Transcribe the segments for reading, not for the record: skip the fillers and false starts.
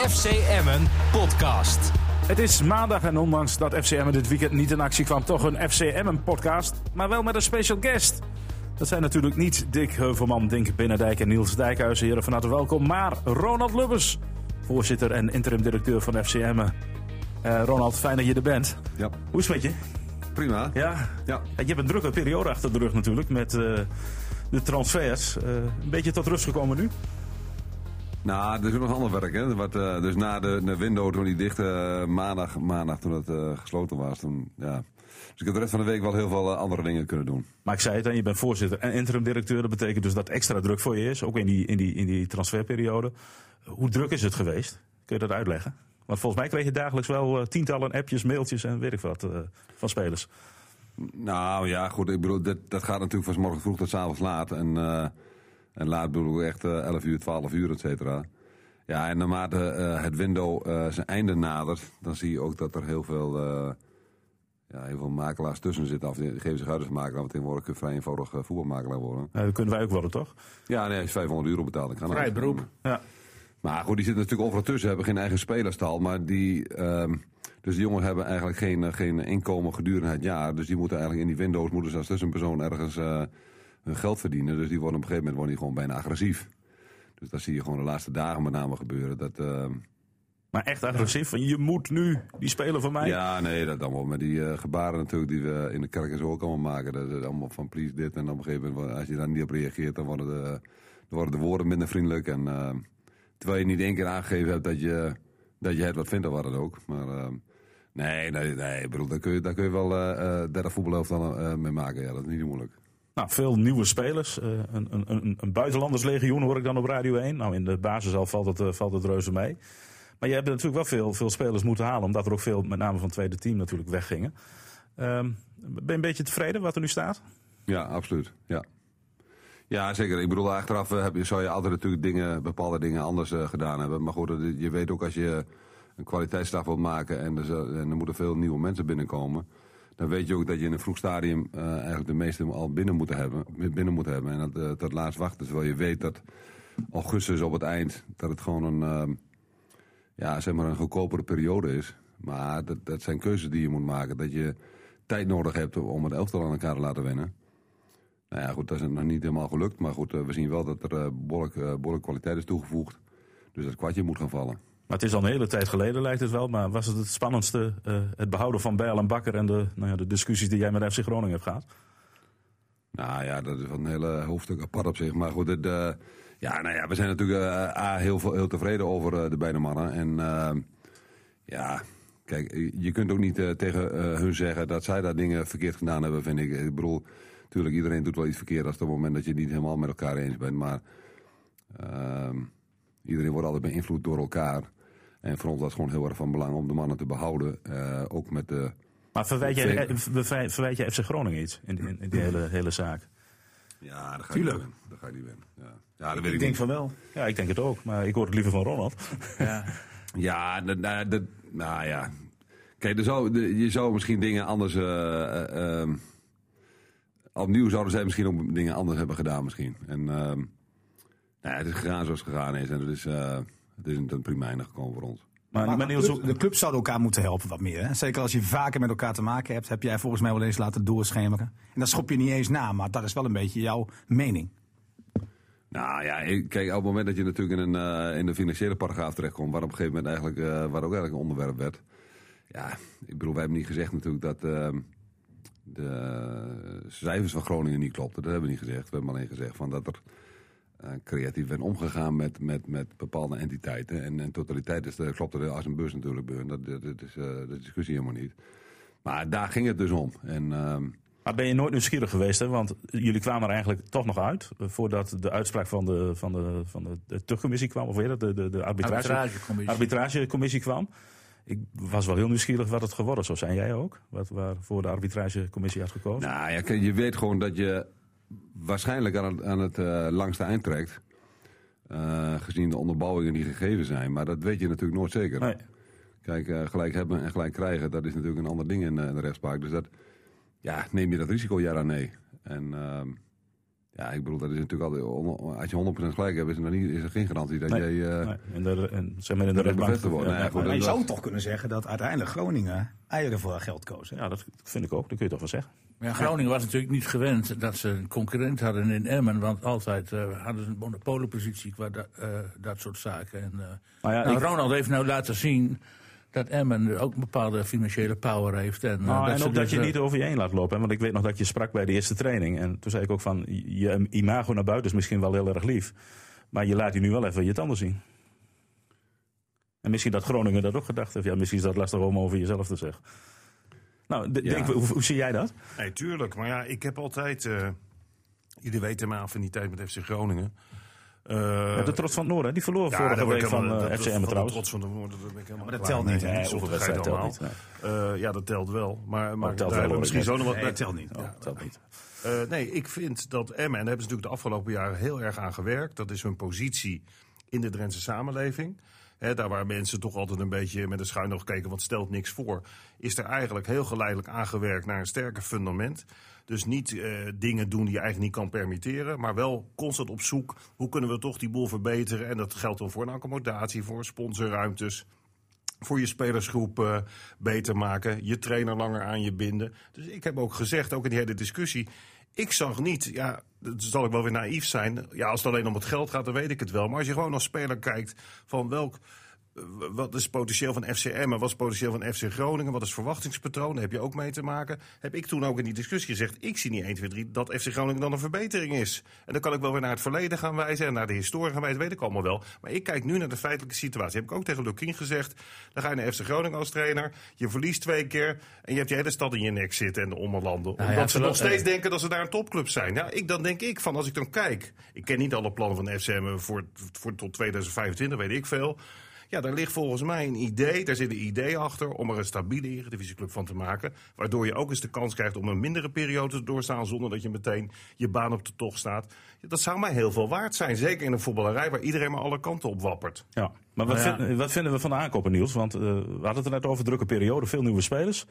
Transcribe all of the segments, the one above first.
FC Emmen podcast. Het is maandag en ondanks dat FC Emmen dit weekend niet in actie kwam, toch een FC Emmen podcast, maar wel met een special guest. Dat zijn natuurlijk niet Dick Heuvelman, Dink Binnendijk en Niels Dijkhuizen. Heren, van harte welkom, maar Ronald Lubbers, voorzitter en interim directeur van FC Emmen. Ronald, fijn dat je er bent. Ja. Hoe is het met je? Prima. Ja? Ja. Je hebt een drukke periode achter de rug natuurlijk met de transfers. Een beetje tot rust gekomen nu? Nou, er is nog ander werk. Hè. Dus na de window toen die dicht, maandag toen het gesloten was. Toen, ja. Dus ik heb de rest van de week wel heel veel andere dingen kunnen doen. Maar ik zei het, en je bent voorzitter en interim directeur. Dat betekent dus dat extra druk voor je is, ook in die transferperiode. Hoe druk is het geweest? Kun je dat uitleggen? Want volgens mij kreeg je dagelijks wel tientallen appjes, mailtjes en weet ik wat van spelers. Nou ja, goed. Ik bedoel, dat gaat natuurlijk van 's morgens vroeg tot 's avonds laat. En laat bedoel ik echt 11 uur, 12 uur, et cetera. Ja, en naarmate het window zijn einde nadert, dan zie je ook dat er heel veel makelaars tussen zitten. Of die geven zich uit als makelaar, want tegenwoordig kun je vrij eenvoudig voetbalmakelaar worden. Dat kunnen wij ook worden, toch? Ja, nee, als je €500 betaalt, dan kan dat. Vrij beroep. Ja. Maar goed, die zitten natuurlijk overal tussen, hebben geen eigen spelerstal. Maar dus die jongens hebben eigenlijk geen inkomen gedurende het jaar. Dus die moeten eigenlijk in die windows, moeten ze als tussenpersoon ergens hun geld verdienen. Dus die worden op een gegeven moment gewoon bijna agressief. Dus dat zie je gewoon de laatste dagen met name gebeuren. Maar echt agressief? Van je moet nu die speler van mij? Ja, nee, dat allemaal met die gebaren natuurlijk die we in de kerk en zo ook allemaal maken. Dat is allemaal van please dit. En op een gegeven moment, als je daar niet op reageert, dan worden de woorden minder vriendelijk. En terwijl je niet één keer aangegeven hebt dat je het wat vindt of wat dan ook. Maar nee, ik bedoel, daar kun je wel 30 voetbalhelften mee maken. Ja, dat is niet moeilijk. Nou, veel nieuwe spelers. Een buitenlanderslegioen hoor ik dan op Radio 1. Nou, in de basis al valt het reuze mee. Maar je hebt natuurlijk wel veel spelers moeten halen, omdat er ook veel, met name van het tweede team, natuurlijk weggingen. Ben je een beetje tevreden wat er nu staat? Ja, absoluut. Ja, zeker. Ik bedoel, achteraf zou je altijd natuurlijk bepaalde dingen anders gedaan hebben. Maar goed, je weet ook als je een kwaliteitsslag wilt maken en er moeten veel nieuwe mensen binnenkomen, dan weet je ook dat je in een vroeg stadium eigenlijk de meeste al binnen moet hebben. En dat laatst wachten, terwijl je weet dat augustus op het eind, dat het gewoon een goedkopere periode is. Maar dat zijn keuzes die je moet maken. Dat je tijd nodig hebt om het elftal aan elkaar te laten wennen. Nou ja, goed, dat is nog niet helemaal gelukt. Maar goed, we zien wel dat er behoorlijk kwaliteit is toegevoegd. Dus dat kwartje moet gaan vallen. Maar het is al een hele tijd geleden, lijkt het wel. Maar was het spannendste het behouden van Bijl en Bakker en de discussies die jij met FC Groningen hebt gehad? Nou ja, dat is wel een hele hoofdstuk apart op zich. Maar goed, we zijn natuurlijk heel tevreden over de beide mannen. En kijk, je kunt ook niet tegen hun zeggen dat zij daar dingen verkeerd gedaan hebben, vind ik. Ik bedoel, natuurlijk, iedereen doet wel iets verkeerd als op het moment dat je het niet helemaal met elkaar eens bent. Maar iedereen wordt altijd beïnvloed door elkaar. En voor ons was het gewoon heel erg van belang om de mannen te behouden. Ook met de... Maar verwijt je FC Groningen iets in die hele zaak? Ja, dat ga je niet winnen. Ja, dat weet ik denk van wel. Ja, ik denk het ook. Maar ik hoor het liever van Ronald. Ja, Kijk, je zou misschien dingen anders... opnieuw zouden zij misschien ook dingen anders hebben gedaan misschien. En het is gegaan zoals het gegaan is. En het is een prima einde gekomen voor ons. Maar de club zou elkaar moeten helpen wat meer. Hè? Zeker als je vaker met elkaar te maken hebt, heb jij volgens mij wel eens laten doorschemeren. En dat schop je niet eens na, maar dat is wel een beetje jouw mening. Nou ja, kijk, op het moment dat je natuurlijk in de financiële paragraaf terechtkomt, waar op een gegeven moment waar ook eigenlijk een onderwerp werd. Ja, ik bedoel, wij hebben niet gezegd natuurlijk dat de cijfers van Groningen niet klopten. Dat hebben we niet gezegd. We hebben alleen gezegd van dat er creatief werd omgegaan met bepaalde entiteiten. En in totaliteit klopt er als een beurs natuurlijk. Dat is de discussie helemaal niet. Maar daar ging het dus om. Maar ben je nooit nieuwsgierig geweest, hè? Want jullie kwamen er eigenlijk toch nog uit, voordat de uitspraak van de tuchtcommissie kwam, of weer de arbitragecommissie kwam. Ik was wel heel nieuwsgierig wat het geworden zou zijn. Jij ook? Waarvoor de arbitragecommissie had gekozen? Nou ja, je weet gewoon dat je waarschijnlijk aan het langste eind trekt. Gezien de onderbouwingen die gegeven zijn. Maar dat weet je natuurlijk nooit zeker. Nee. Kijk, gelijk hebben en gelijk krijgen, dat is natuurlijk een ander ding in de rechtspraak. Dus neem je dat risico ja dan nee. En Ja, ik bedoel, dat is natuurlijk altijd, als je 100% gelijk hebt, is er geen garantie dat jij... in de rechtbank bevestigd wordt. Ja, Maar je zou toch kunnen zeggen dat uiteindelijk Groningen eieren voor geld kozen. ja, dat vind ik ook. Dat kun je toch wel zeggen. Maar ja, Groningen was natuurlijk niet gewend dat ze een concurrent hadden in Emmen. Want altijd hadden ze een monopolenpositie qua dat soort zaken. En, Ronald heeft nou laten zien dat Emmen ook een bepaalde financiële power heeft. En ook dat je niet over je heen laat lopen. Hè? Want ik weet nog dat je sprak bij de eerste training. En toen zei ik ook van, je imago naar buiten is misschien wel heel erg lief. Maar je laat je nu wel even je tanden zien. En misschien dat Groningen dat ook gedacht heeft. Ja, misschien is dat lastig om over jezelf te zeggen. Nou, hoe zie jij dat? Nee, tuurlijk. Maar ja, ik heb altijd... jullie weten mijn affiniteit met FC Groningen. De trots van het Noorden, die verloor vorige week van FCM trouwens. De trots van het Noorden, dat ben ik helemaal maar dat telt niet. Hoeveel wedstrijd telt niet. Ja, dat telt wel. Maar telt wel misschien zo nog wat... Nee, het telt niet. Telt niet. Nee, ik vind dat Emmen, en daar hebben ze natuurlijk de afgelopen jaren heel erg aan gewerkt. Dat is hun positie in de Drentse samenleving. Daar waar mensen toch altijd een beetje met een schuin oog keken, want het stelt niks voor. Is er eigenlijk heel geleidelijk aangewerkt naar een sterker fundament. Dus niet dingen doen die je eigenlijk niet kan permitteren. Maar wel constant op zoek, hoe kunnen we toch die boel verbeteren. En dat geldt dan voor een accommodatie, voor sponsorruimtes. Voor je spelersgroep beter maken. Je trainer langer aan je binden. Dus ik heb ook gezegd, ook in die hele discussie. Ik zag niet, ja, dat zal ik wel weer naïef zijn. Ja, als het alleen om het geld gaat, dan weet ik het wel. Maar als je gewoon als speler kijkt van wat is het potentieel van FC Emmen, wat is het potentieel van FC Groningen, wat is verwachtingspatroon, daar heb je ook mee te maken. Heb ik toen ook in die discussie gezegd, ik zie niet 1, 2, 3 dat FC Groningen dan een verbetering is. En dan kan ik wel weer naar het verleden gaan wijzen en naar de historie gaan wijzen, weet ik allemaal wel. Maar ik kijk nu naar de feitelijke situatie. Heb ik ook tegen Lukien gezegd, dan ga je naar FC Groningen als trainer, je verliest 2 keer en je hebt je hele stad in je nek zitten en de ommelanden. Omdat ze nog steeds denken dat ze daar een topclub zijn. Ja, dan denk ik van, als ik dan kijk, ik ken niet alle plannen van FC Emmen voor tot 2025, weet ik veel. Ja, daar ligt volgens mij een idee, daar zit een idee achter om er een stabiele eredivisieclub van te maken. Waardoor je ook eens de kans krijgt om een mindere periode te doorstaan zonder dat je meteen je baan op de tocht staat. Ja, dat zou mij heel veel waard zijn, zeker in een voetballerij waar iedereen maar alle kanten op wappert. Ja, maar wat vinden we van de aankopen, Niels? Want we hadden het er net over, drukke periode, veel nieuwe spelers.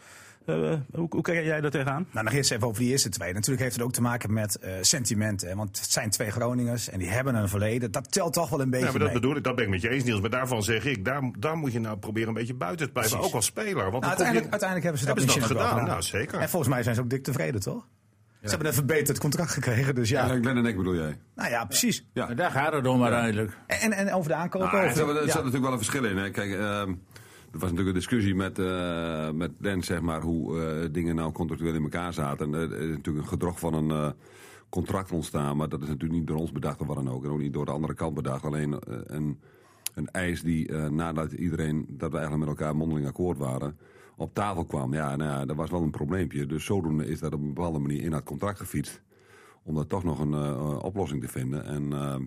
Hoe kijk jij daar tegenaan? Nou, nog eerst even over die eerste twee. Natuurlijk heeft het ook te maken met sentimenten. Hè? Want het zijn 2 Groningers en die hebben een verleden. Dat telt toch wel een beetje maar dat mee. bedoel ik, dat ben ik met je eens, Niels. Maar daarvan zeg ik, daar moet je nou proberen een beetje buiten te blijven. Precies. Ook als speler. Want uiteindelijk hebben ze dat gedaan. gedaan. Nou, zeker. En volgens mij zijn ze ook dik tevreden, toch? Ja. Ze hebben een verbeterd contract gekregen, dus ja. Glenn en ik bedoel jij? Nou ja, precies. Ja. Maar daar gaat het om uiteindelijk. En over de aankopen. Er zat natuurlijk wel een verschil in. Hè. Kijk, er was natuurlijk een discussie met Den, zeg maar, hoe dingen nou contractueel in elkaar zaten. En er is natuurlijk een gedrocht van een contract ontstaan, maar dat is natuurlijk niet door ons bedacht of wat dan ook. En ook niet door de andere kant bedacht. Alleen een eis die nadat dat we eigenlijk met elkaar mondeling akkoord waren, op tafel kwam. Ja, nou ja, dat was wel een probleempje. Dus zodoende is dat op een bepaalde manier in het contract gefietst. Om daar toch nog een oplossing te vinden. En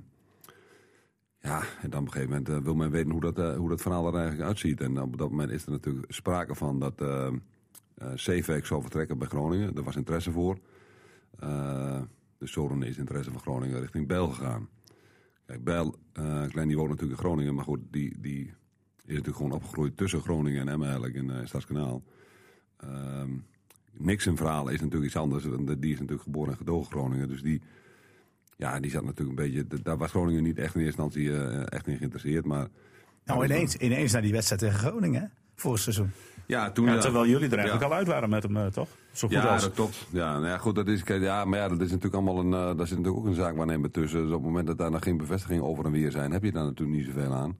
en dan op een gegeven moment wil men weten hoe dat verhaal er eigenlijk uitziet. En op dat moment is er natuurlijk sprake van dat Zeeveek zou vertrekken bij Groningen. Daar was interesse voor. Dus zodoende is interesse van Groningen richting Bijl gegaan. Kijk, Bijl, Glenn die woont natuurlijk in Groningen, maar goed, die is natuurlijk gewoon opgegroeid tussen Groningen en Emmen eigenlijk in Stadskanaal. Nixon verhaal is natuurlijk iets anders. Die is natuurlijk geboren en gedogen Groningen. Dus die zat natuurlijk een beetje. Daar was Groningen niet echt in eerste instantie echt in geïnteresseerd. Maar nou, ineens naar die wedstrijd tegen Groningen, hè? Vorig seizoen. Ja, terwijl jullie er eigenlijk al uit waren met hem, toch? Zo goed als. Dat klopt. Ja, nou ja, goed, dat is natuurlijk allemaal daar zit natuurlijk ook een zaakwaarnemer tussen. Dus op het moment dat daar nog geen bevestiging over en weer zijn, heb je daar natuurlijk niet zoveel aan.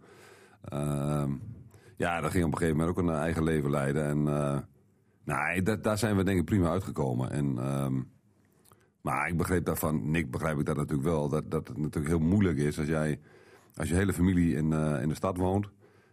Dat ging op een gegeven moment ook een eigen leven leiden. En daar zijn we denk ik prima uitgekomen. En maar ik begreep daarvan, Nick begrijp ik dat natuurlijk wel, dat het natuurlijk heel moeilijk is als je hele familie in de stad woont.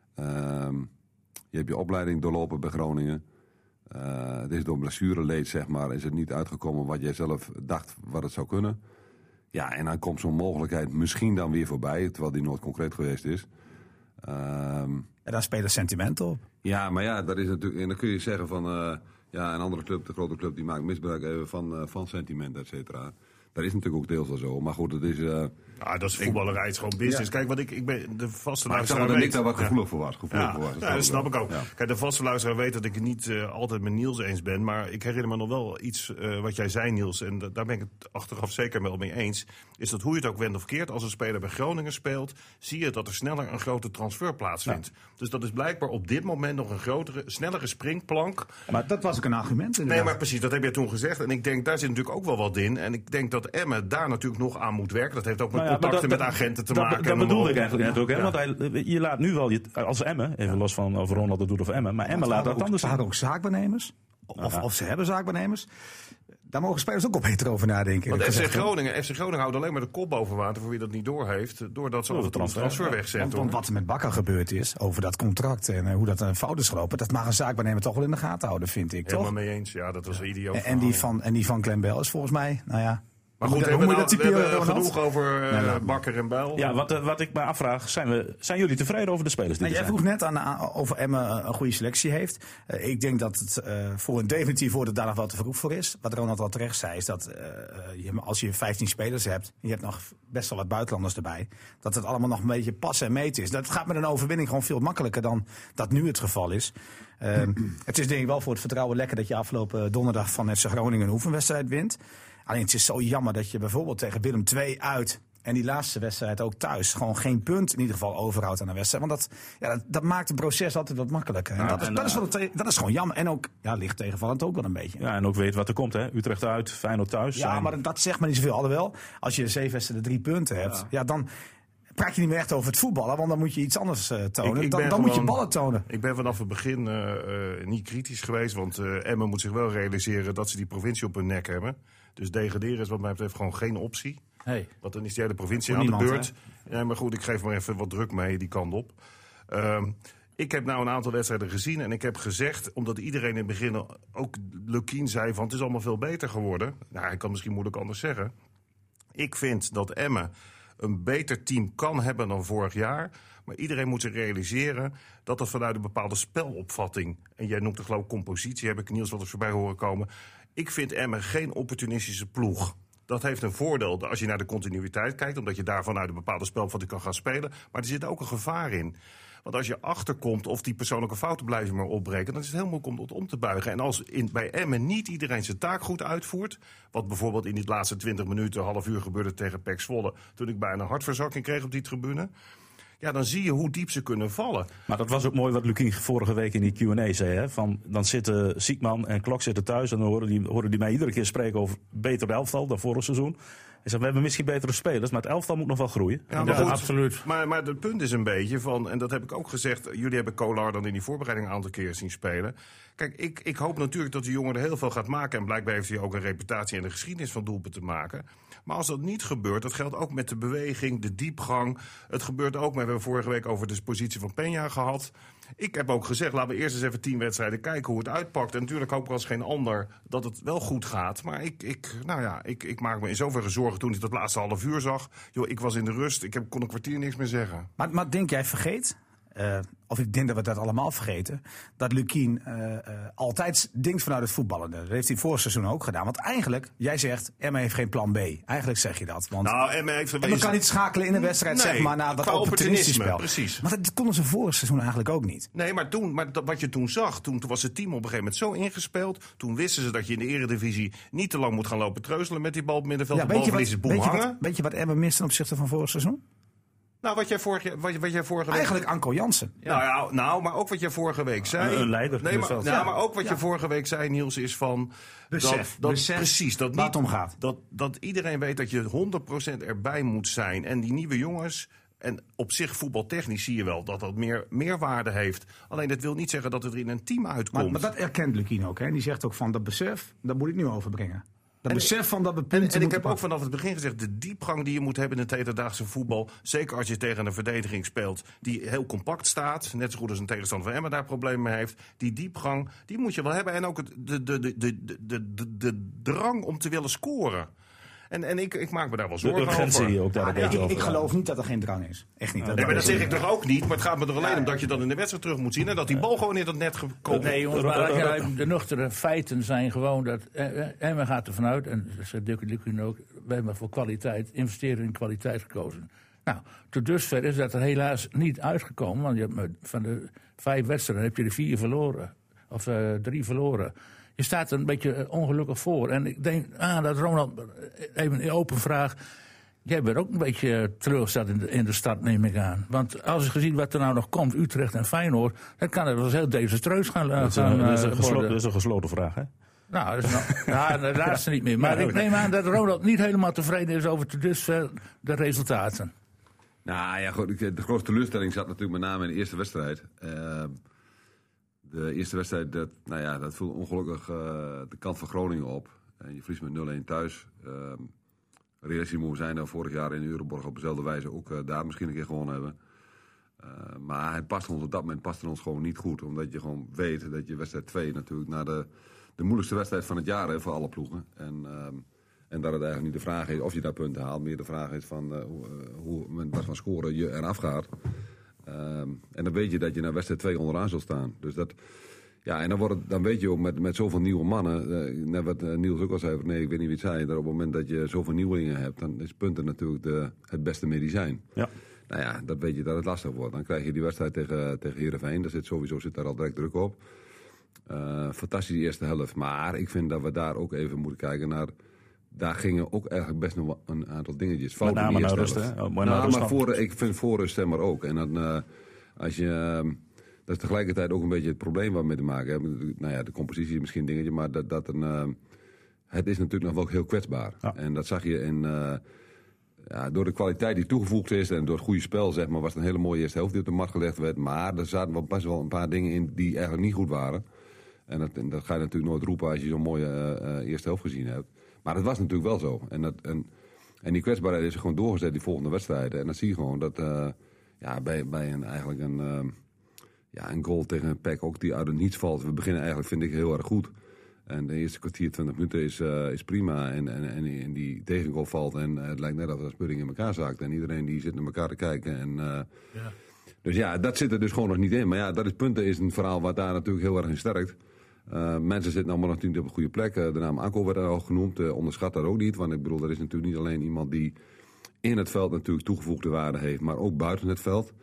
Je hebt je opleiding doorlopen bij Groningen. Het is door blessureleed, zeg maar, is het niet uitgekomen wat jij zelf dacht wat het zou kunnen. Ja, en dan komt zo'n mogelijkheid misschien dan weer voorbij, terwijl die nooit concreet geweest is. En daar spelen sentimenten op. Ja, maar ja, dat is natuurlijk, en dan kun je zeggen van een andere club, de grote club, die maakt misbruik even van sentiment, et cetera. Dat is natuurlijk ook deels wel zo. Maar goed, het is... dat is voetballerij, het is gewoon business. Kijk, wat ik ben de vaste luisteraar dat weet... ik daar wat gevoelig voor was. Dat snap ik ook. Ja. Kijk, de vaste luisteraar weet dat ik het niet altijd met Niels eens ben. Maar ik herinner me nog wel iets wat jij zei, Niels. En daar ben ik het achteraf zeker wel mee eens. Is dat hoe je het ook wendt of keert. Als een speler bij Groningen speelt, zie je dat er sneller een grote transfer plaatsvindt. Ja. Dus dat is blijkbaar op dit moment nog een snellere springplank. Maar dat was ook een argument. Inderdaad. Nee, maar precies, dat heb jij toen gezegd. En ik denk, daar zit natuurlijk ook wel wat in. En ik denk dat Emmen daar natuurlijk nog aan moet werken. Dat heeft ook met contacten met agenten te maken. Dat bedoelde ik eigenlijk net ook. Hè? Want je laat nu wel, als Emmen, even los van of Ronald dat doet of Emmen, maar Emmen laat dat anders. Ze hadden ook zaakbenemers. Of ze hebben zaakbenemers. Daar mogen spelers ook op beter over nadenken. Want FC Groningen houdt alleen maar de kop boven water voor wie dat niet doorheeft. Doordat ze over de transfer wegzetten. Want wat er met Bakker gebeurd is over dat contract en hoe dat een fout is gelopen, dat mag een zaakbenemer toch wel in de gaten houden, vind ik. Helemaal toch? mee eens. Ja, dat was een idioot. En die van Clem Bell is volgens mij, Maar goed, we hebben genoeg over Bakker en Bijl. Ja, wat ik me afvraag, zijn jullie tevreden over de spelers die er zijn? Jij vroeg net over Emmen een goede selectie heeft. Ik denk dat het voor een definitief woord daar nog wel te vroeg voor is. Wat Ronald al terecht zei, is dat als je 15 spelers hebt, je hebt nog best wel wat buitenlanders erbij, dat het allemaal nog een beetje passen en meten is. Dat gaat met een overwinning gewoon veel makkelijker dan dat nu het geval is. Het is denk ik wel voor het vertrouwen lekker dat je afgelopen donderdag van FC Groningen een oefenwedstrijd wint. Alleen het is zo jammer dat je bijvoorbeeld tegen Willem II uit en die laatste wedstrijd ook thuis gewoon geen punt in ieder geval overhoudt aan de wedstrijd. Want dat maakt het proces altijd wat makkelijker. En dat is gewoon jammer. En ook licht tegenvallend ook wel een beetje. Ja, en ook weet wat er komt, hè? Utrecht uit, Feyenoord thuis. Ja, maar dat zegt maar niet zoveel. Alhoewel, als je 7 wedstrijden 3 punten hebt, dan praat je niet meer echt over het voetballen, want dan moet je iets anders tonen. Dan moet je ballen tonen. Ik ben vanaf het begin niet kritisch geweest, want Emmen moet zich wel realiseren dat ze die provincie op hun nek hebben. Dus degraderen is wat mij betreft gewoon geen optie. Hey. Want dan is die hele provincie aan de beurt. Ja, maar goed, ik geef maar even wat druk mee die kant op. Ik heb nou een aantal wedstrijden gezien en ik heb gezegd, omdat iedereen in het begin, ook Lukien zei van het is allemaal veel beter geworden. Nou, ik kan misschien moeilijk anders zeggen. Ik vind dat Emmen een beter team kan hebben dan vorig jaar. Maar iedereen moet zich realiseren dat dat vanuit een bepaalde spelopvatting, en jij noemt het geloof ik compositie, heb ik Niels wat eens voorbij horen komen. Ik vind Emmen geen opportunistische ploeg. Dat heeft een voordeel als je naar de continuïteit kijkt, omdat je daar vanuit een bepaalde spelopvatting kan gaan spelen. Maar er zit ook een gevaar in. Want als je achterkomt of die persoonlijke fouten blijven maar opbreken, dan is het heel moeilijk om dat om te buigen. En als bij Emmen niet iedereen zijn taak goed uitvoert, wat bijvoorbeeld in die laatste 20 minuten, half uur gebeurde tegen PEC Zwolle, toen ik bijna een hartverzakking kreeg op die tribune. Ja, dan zie je hoe diep ze kunnen vallen. Maar dat was ook mooi wat Lukien vorige week in die Q&A zei. Hè? Dan zitten Siekman en Klok zitten thuis en dan horen die mij iedere keer spreken over beter elftal dan vorig seizoen. Hij zegt, we hebben misschien betere spelers, maar het elftal moet nog wel groeien. Ja, maar goed, absoluut. Maar het punt is een beetje van, en dat heb ik ook gezegd, jullie hebben Kolar dan in die voorbereiding een aantal keer zien spelen. Kijk, ik hoop natuurlijk dat die jongen er heel veel gaat maken. En blijkbaar heeft hij ook een reputatie en de geschiedenis van doelpunten te maken. Maar als dat niet gebeurt, dat geldt ook met de beweging, de diepgang. Het gebeurt ook, we hebben vorige week over de positie van Peña gehad. Ik heb ook gezegd, laten we eerst eens even 10 wedstrijden kijken hoe het uitpakt. En natuurlijk hoop ik als geen ander dat het wel goed gaat. Maar ik maak me in zoverre zorgen toen ik dat laatste half uur zag. Joh, ik was in de rust, kon een kwartier niks meer zeggen. Maar denk jij vergeet? Of ik denk dat we dat allemaal vergeten, dat Lukien altijd denkt vanuit het voetballende. Dat heeft hij vorig seizoen ook gedaan. Want eigenlijk, jij zegt, Emmen heeft geen plan B. Eigenlijk zeg je dat. Want Emmen kan niet schakelen in een wedstrijd, zeg maar, naar dat opportunistisch spel. Precies. Maar dat konden ze vorig seizoen eigenlijk ook niet. Nee, maar wat je toen zag, toen was het team op een gegeven moment zo ingespeeld. Toen wisten ze dat je in de Eredivisie niet te lang moet gaan lopen treuzelen met die bal op middenveld. Ja, weet je wat Emmen mist ten opzichte van vorig seizoen? Nou, wat jij vorige week... Eigenlijk Anko Jansen. Ja. Nou, maar ook wat jij vorige week zei... Een leider. Nee, maar ook wat je vorige week zei, Niels, is van... Besef. Precies. Dat waar het om gaat. Dat iedereen weet dat je 100% erbij moet zijn. En die nieuwe jongens... En op zich voetbaltechnisch zie je wel dat dat meer meerwaarde heeft. Alleen dat wil niet zeggen dat het er in een team uitkomt. Maar dat erkent Lukien ook. Hè? Die zegt ook van dat besef, dat moet ik nu overbrengen. Dat besef van dat we punten en ik heb ook vanaf het begin gezegd, de diepgang die je moet hebben in het hedendaagse voetbal, zeker als je tegen een verdediging speelt die heel compact staat, net zo goed als een tegenstander van Emmen daar problemen mee heeft, die diepgang, die moet je wel hebben. En ook de drang om te willen scoren. En ik maak me daar wel zorgen over. Urgentie ook daar een beetje over. Ik geloof niet dat er geen drang is. Echt niet. Nee, maar dat zeg ik toch ook niet. Maar het gaat me er alleen om dat je dan in de wedstrijd terug moet zien. En dat die bal gewoon in dat net gekomen. Nee, jongens, maar de nuchtere feiten zijn gewoon dat Emmen gaat ervan uit, en dat zegt Dirk Lukien ook, wij hebben voor kwaliteit, investeren in kwaliteit gekozen. Nou, tot dusver is dat er helaas niet uitgekomen, want je hebt van de 5 wedstrijden heb je er 4 verloren. Of 3 verloren. Je staat er een beetje ongelukkig voor. En ik denk, dat Ronald, even een open vraag. Jij bent ook een beetje teleurgesteld in de stad, neem ik aan. Want als je gezien wat er nou nog komt, Utrecht en Feyenoord, dan kan het wel eens heel desastreus gaan worden. Dat is een gesloten vraag, hè? Nou, dat is de laatste niet meer. Maar ik neem aan dat Ronald niet helemaal tevreden is over tot dusver de resultaten. Nou ja, goed, de grootste teleurstelling zat natuurlijk met name in de eerste wedstrijd. De eerste wedstrijd, dat viel ongelukkig de kant van Groningen op. En je verliest met 0-1 thuis. Realistisch moeten zijn dat vorig jaar in Euroborg op dezelfde wijze ook daar misschien een keer gewonnen hebben. Maar het past ons op dat moment gewoon niet goed. Omdat je gewoon weet dat je wedstrijd 2 natuurlijk naar de moeilijkste wedstrijd van het jaar heeft voor alle ploegen. En dat het eigenlijk niet de vraag is of je daar punten haalt. Meer de vraag is van hoe met wat van scoren je eraf gaat. En dan weet je dat je naar wedstrijd 2 onderaan zult staan. Dus dat, ja, en dan weet je ook met zoveel nieuwe mannen. Net wat Niels ook al zei, nee, ik weet niet wie het zei. Dat op het moment dat je zoveel nieuwelingen hebt, dan is punten natuurlijk het beste medicijn. Ja. Nou ja, dat weet je dat het lastig wordt. Dan krijg je die wedstrijd tegen Heerenveen. Zit daar al direct druk op. Fantastische eerste helft. Maar ik vind dat we daar ook even moeten kijken naar. Daar gingen ook eigenlijk best nog een aantal dingetjes fout in de eerste helft. Maar ik vind voor rust maar ook. En dan als je... dat is tegelijkertijd ook een beetje het probleem waar we mee te maken hebben. Nou ja, de compositie is misschien een dingetje, maar het is natuurlijk nog wel heel kwetsbaar. Ja. En dat zag je door de kwaliteit die toegevoegd is en door het goede spel, zeg maar, was het een hele mooie eerste helft die op de mat gelegd werd. Maar er zaten best wel een paar dingen in die eigenlijk niet goed waren. En dat ga je natuurlijk nooit roepen als je zo'n mooie eerste helft gezien hebt. Maar dat was natuurlijk wel zo. En die kwetsbaarheid is gewoon doorgezet die volgende wedstrijden. En dan zie je gewoon dat bij een goal tegen een PEC ook die uit het niets valt. We beginnen eigenlijk, vind ik, heel erg goed. En de eerste kwartier, 20 minuten is prima. En die tegengoal valt. En het lijkt net alsof de spudding in elkaar zaakt. En iedereen die zit naar elkaar te kijken. Dus ja, dat zit er dus gewoon nog niet in. Maar ja, dat is een verhaal wat daar natuurlijk heel erg in sterkt. Mensen zitten allemaal natuurlijk op een goede plek. De naam Anko werd er al genoemd. Onderschat dat ook niet. Want ik bedoel, er is natuurlijk niet alleen iemand die in het veld natuurlijk toegevoegde waarde heeft. Maar ook buiten het veld.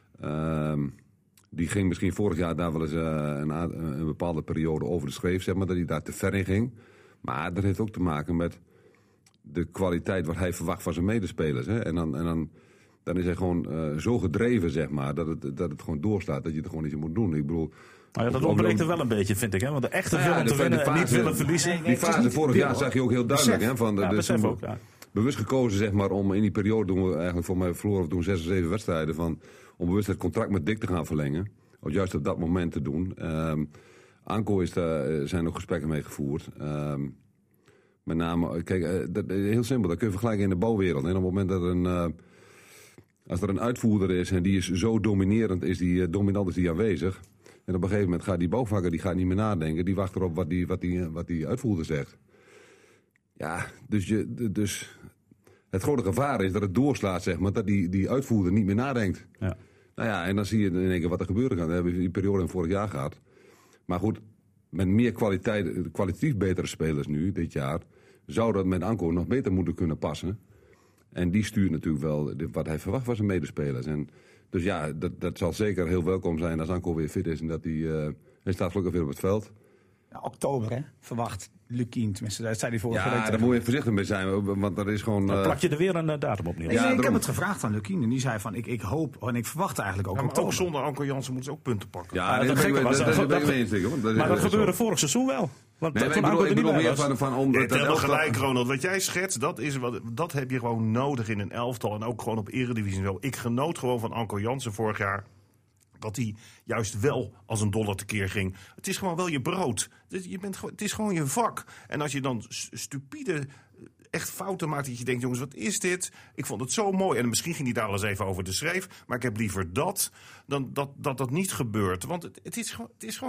Die ging misschien vorig jaar daar wel eens een bepaalde periode over de schreef. Zeg maar, dat hij daar te ver in ging. Maar dat heeft ook te maken met de kwaliteit wat hij verwacht van zijn medespelers. Hè? En dan is hij gewoon zo gedreven, zeg maar, dat het gewoon doorstaat. Dat je er gewoon iets moet doen. Ik bedoel... dat ontbreekt er wel een beetje, vind ik. Hè? Want de echte willen te winnen en niet willen verliezen. Die fase vorig jaar zag je ook heel duidelijk. Besef ook. Bewust gekozen, zeg maar, om in die periode doen we eigenlijk voor mij verloren toen 6 of 7 wedstrijden om bewust het contract met Dick te gaan verlengen. Of juist op dat moment te doen. Anko zijn nog gesprekken mee gevoerd. Met name, kijk, heel simpel, dat kun je vergelijken in de bouwwereld. En op het moment dat als er een uitvoerder is en die is zo dominant is die aanwezig. En op een gegeven moment gaat die bouwvakker die gaat niet meer nadenken. Die wacht erop wat die uitvoerder zegt. Ja, dus het grote gevaar is dat het doorslaat, zeg maar, dat die uitvoerder niet meer nadenkt. Ja. Nou ja, en dan zie je in één keer wat er gebeuren kan. Dat hebben we die periode in vorig jaar gehad. Maar goed, met meer kwalitatief betere spelers nu, dit jaar, zou dat met Anko nog beter moeten kunnen passen. En die stuurt natuurlijk wel wat hij verwacht van zijn medespelers. En dus ja, dat zal zeker heel welkom zijn als Anko weer fit is en dat hij staat gelukkig weer op het veld. Ja, oktober, hè? Verwacht Lukien, tenminste, dat zei hij vorige week. Ja, daar moet je voorzichtig mee zijn, want dat is gewoon... Dan plak je er weer een datum op neer. Ik heb het gevraagd aan Lukien en die zei van, ik hoop en ik verwacht eigenlijk ook maar oktober. ook zonder Anko Jansen moeten ze ook punten pakken. Ja, dat ben ik mee eens. Maar dat gebeurde vorig seizoen wel. Want ik bedoel meer van je hebt helemaal gelijk, Ronald. Wat jij schetst, dat heb je gewoon nodig in een elftal. En ook gewoon op eredivisie. Ik genoot gewoon van Anko Jansen vorig jaar. Dat hij juist wel als een dollar tekeer ging. Het is gewoon wel je brood. Het is gewoon je vak. En als je dan stupide echt fouten maakt, dat je denkt, jongens, wat is dit? Ik vond het zo mooi. En misschien ging hij daar wel eens even over de schreef. Maar ik heb liever dat dan dat niet gebeurt. Want het is gewoon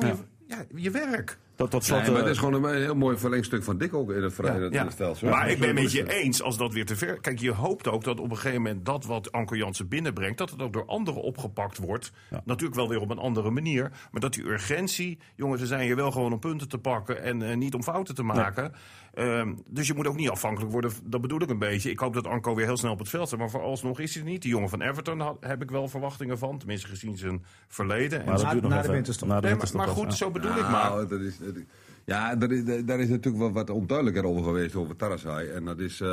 je werk. Tot slot, maar het is gewoon een heel mooi verlengstuk van Dick ook in het veld. Maar ik ben met je eens als dat weer te ver... Kijk, je hoopt ook dat op een gegeven moment dat wat Anko Jansen binnenbrengt... dat het ook door anderen opgepakt wordt. Ja. Natuurlijk wel weer op een andere manier. Maar dat die urgentie... Jongens, we zijn hier wel gewoon om punten te pakken... en niet om fouten te maken. Nee. Dus je moet ook niet afhankelijk worden. Dat bedoel ik een beetje. Ik hoop dat Anko weer heel snel op het veld staat. Maar vooralsnog is hij niet. Die jongen van Everton heb ik wel verwachtingen van. Tenminste gezien zijn verleden. Maar na de winterstop. Maar goed, zo bedoel ik maar. Daar is natuurlijk wat onduidelijker over geweest over Tarasai. En dat is...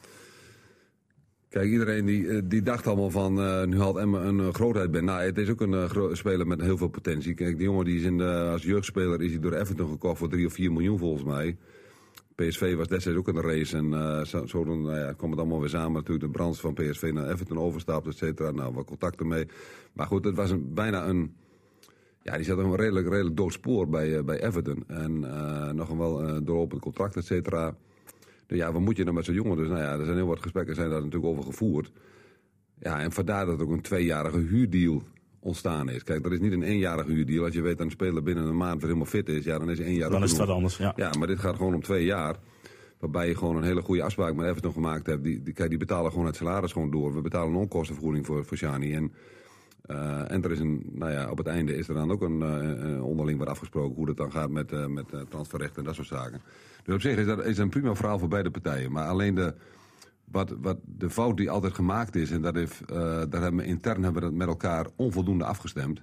Kijk, iedereen die dacht allemaal van... nu haalt Emma een grootheid bij. Nou, het is ook een speler met heel veel potentie. Kijk, die jongen die is als jeugdspeler is hij door Everton gekocht voor 3 of 4 miljoen volgens mij. PSV was destijds ook in de race. En zo kwam het allemaal weer samen. Natuurlijk de branche van PSV naar Everton overstapt, et cetera. Nou, wat contacten mee. Maar goed, het was bijna een... Ja, die zat een redelijk dood spoor bij Everton. En nog een wel doorlopend contract, et cetera. Dus ja, wat moet je dan met zo'n jongen? Dus er zijn heel wat gesprekken zijn daar natuurlijk over gevoerd. Ja, en vandaar dat er ook een 2-jarige huurdeal ontstaan is. Kijk, dat is niet een 1-jarige huurdeal. Als je weet dat een speler binnen een maand weer helemaal fit is, ja, dan is 1 jaar... Dan is het wat anders, ja. Ja, maar dit gaat gewoon om 2 jaar. Waarbij je gewoon een hele goede afspraak met Everton gemaakt hebt. Die betalen gewoon het salaris gewoon door. We betalen een onkostenvergoeding voor Sjani. En er is op het einde is er dan ook een onderling wat afgesproken hoe dat dan gaat met transferrechten en dat soort zaken. Dus op zich is een prima verhaal voor beide partijen. Maar alleen de fout die altijd gemaakt is, en daar hebben we intern het met elkaar onvoldoende afgestemd.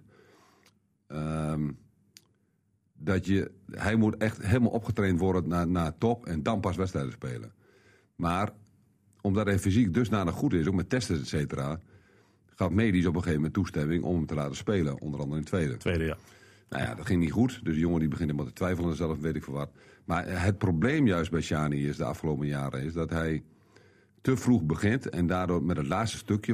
Hij moet echt helemaal opgetraind worden naar top en dan pas wedstrijden spelen. Maar omdat hij fysiek dusdanig goed is, ook met testen et cetera, gaf medisch op een gegeven moment toestemming om hem te laten spelen. Onder andere in het tweede. Ja. Nou ja, dat ging niet goed. Dus de jongen die begint helemaal te twijfelen zelf, weet ik veel wat. Maar het probleem juist bij Sjani is de afgelopen jaren is dat hij te vroeg begint. En daardoor met het laatste stukje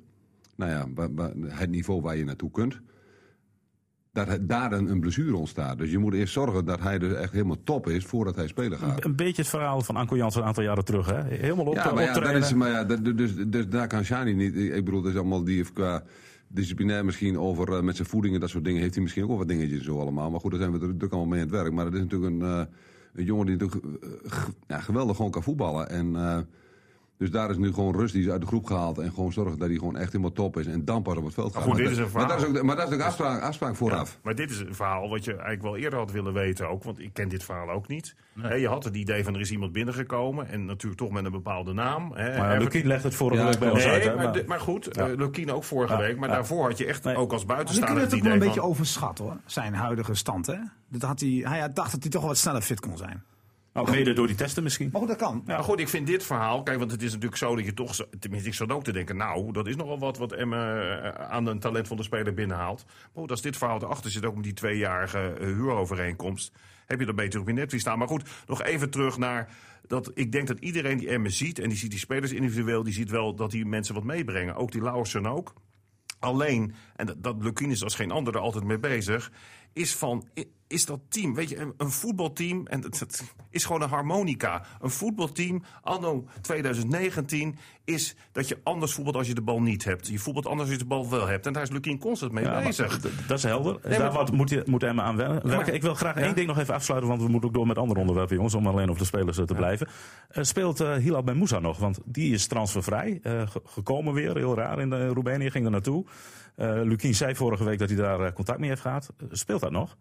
het niveau waar je naartoe kunt, dat daar een blessure ontstaat. Dus je moet eerst zorgen dat hij dus echt helemaal top is voordat hij spelen gaat. Een beetje het verhaal van Anko Jansen een aantal jaren terug, hè? Helemaal optreden. Dus daar kan Sjani niet. Ik bedoel, dat is allemaal die heeft qua disciplinair misschien over met zijn voeding en dat soort dingen heeft hij misschien ook wel wat dingetjes en zo allemaal. Maar goed, daar zijn we natuurlijk allemaal mee aan het werk. Maar dat is natuurlijk een jongen die natuurlijk geweldig gewoon kan voetballen. En dus daar is nu gewoon rust, die is uit de groep gehaald en gewoon zorgen dat hij gewoon echt helemaal top is en dan pas op het veld gaat. Goed, dit is een verhaal. Maar dat is ook afspraak vooraf. Ja, maar dit is een verhaal wat je eigenlijk wel eerder had willen weten ook, want ik ken dit verhaal ook niet. Nee. Je had het idee van er is iemand binnengekomen en natuurlijk toch met een bepaalde naam. Maar Lukien legt het vorige week bij ons uit. Maar goed, Lukien ook vorige week, maar daarvoor had je echt ook als buitenstaander het idee van... Ik heb het ook wel een beetje overschat hoor, zijn huidige stand. Hè? Hij dacht dat hij toch wel wat sneller fit kon zijn. Mede door die testen misschien. Maar goed, dat kan. Ja. Maar goed, ik vind dit verhaal... Kijk, want het is natuurlijk zo dat je toch... Tenminste, ik zat ook te denken... Nou, dat is nogal wat Emmen aan een talent van de speler binnenhaalt. Maar goed, als dit verhaal erachter zit... ook met die 2-jarige huurovereenkomst... heb je er beter op je netvlies staan. Maar goed, nog even terug naar... dat ik denk dat iedereen die Emmen ziet... en die ziet die spelers individueel... die ziet wel dat die mensen wat meebrengen. Ook die Lauwersen ook. Alleen, en dat Lukien is als geen ander er altijd mee bezig... is dat team, weet je, een voetbalteam... en dat is gewoon een harmonica. Een voetbalteam, anno 2019... is dat je anders voetbalt als je de bal niet hebt. Je voetbalt anders als je de bal wel hebt. En daar is Lukien constant mee bezig. Dat is helder. Daar moet Emma aan werken. Ik wil graag één ding nog even afsluiten... want we moeten ook door met andere onderwerpen, jongens... om alleen over de spelers te blijven. Speelt Hilal Ben Moussa nog? Want die is transfervrij. Gekomen weer, heel raar. In Roemenië ging er naartoe. Lukien zei vorige week dat hij daar contact mee heeft gehad. Speelt dat nog?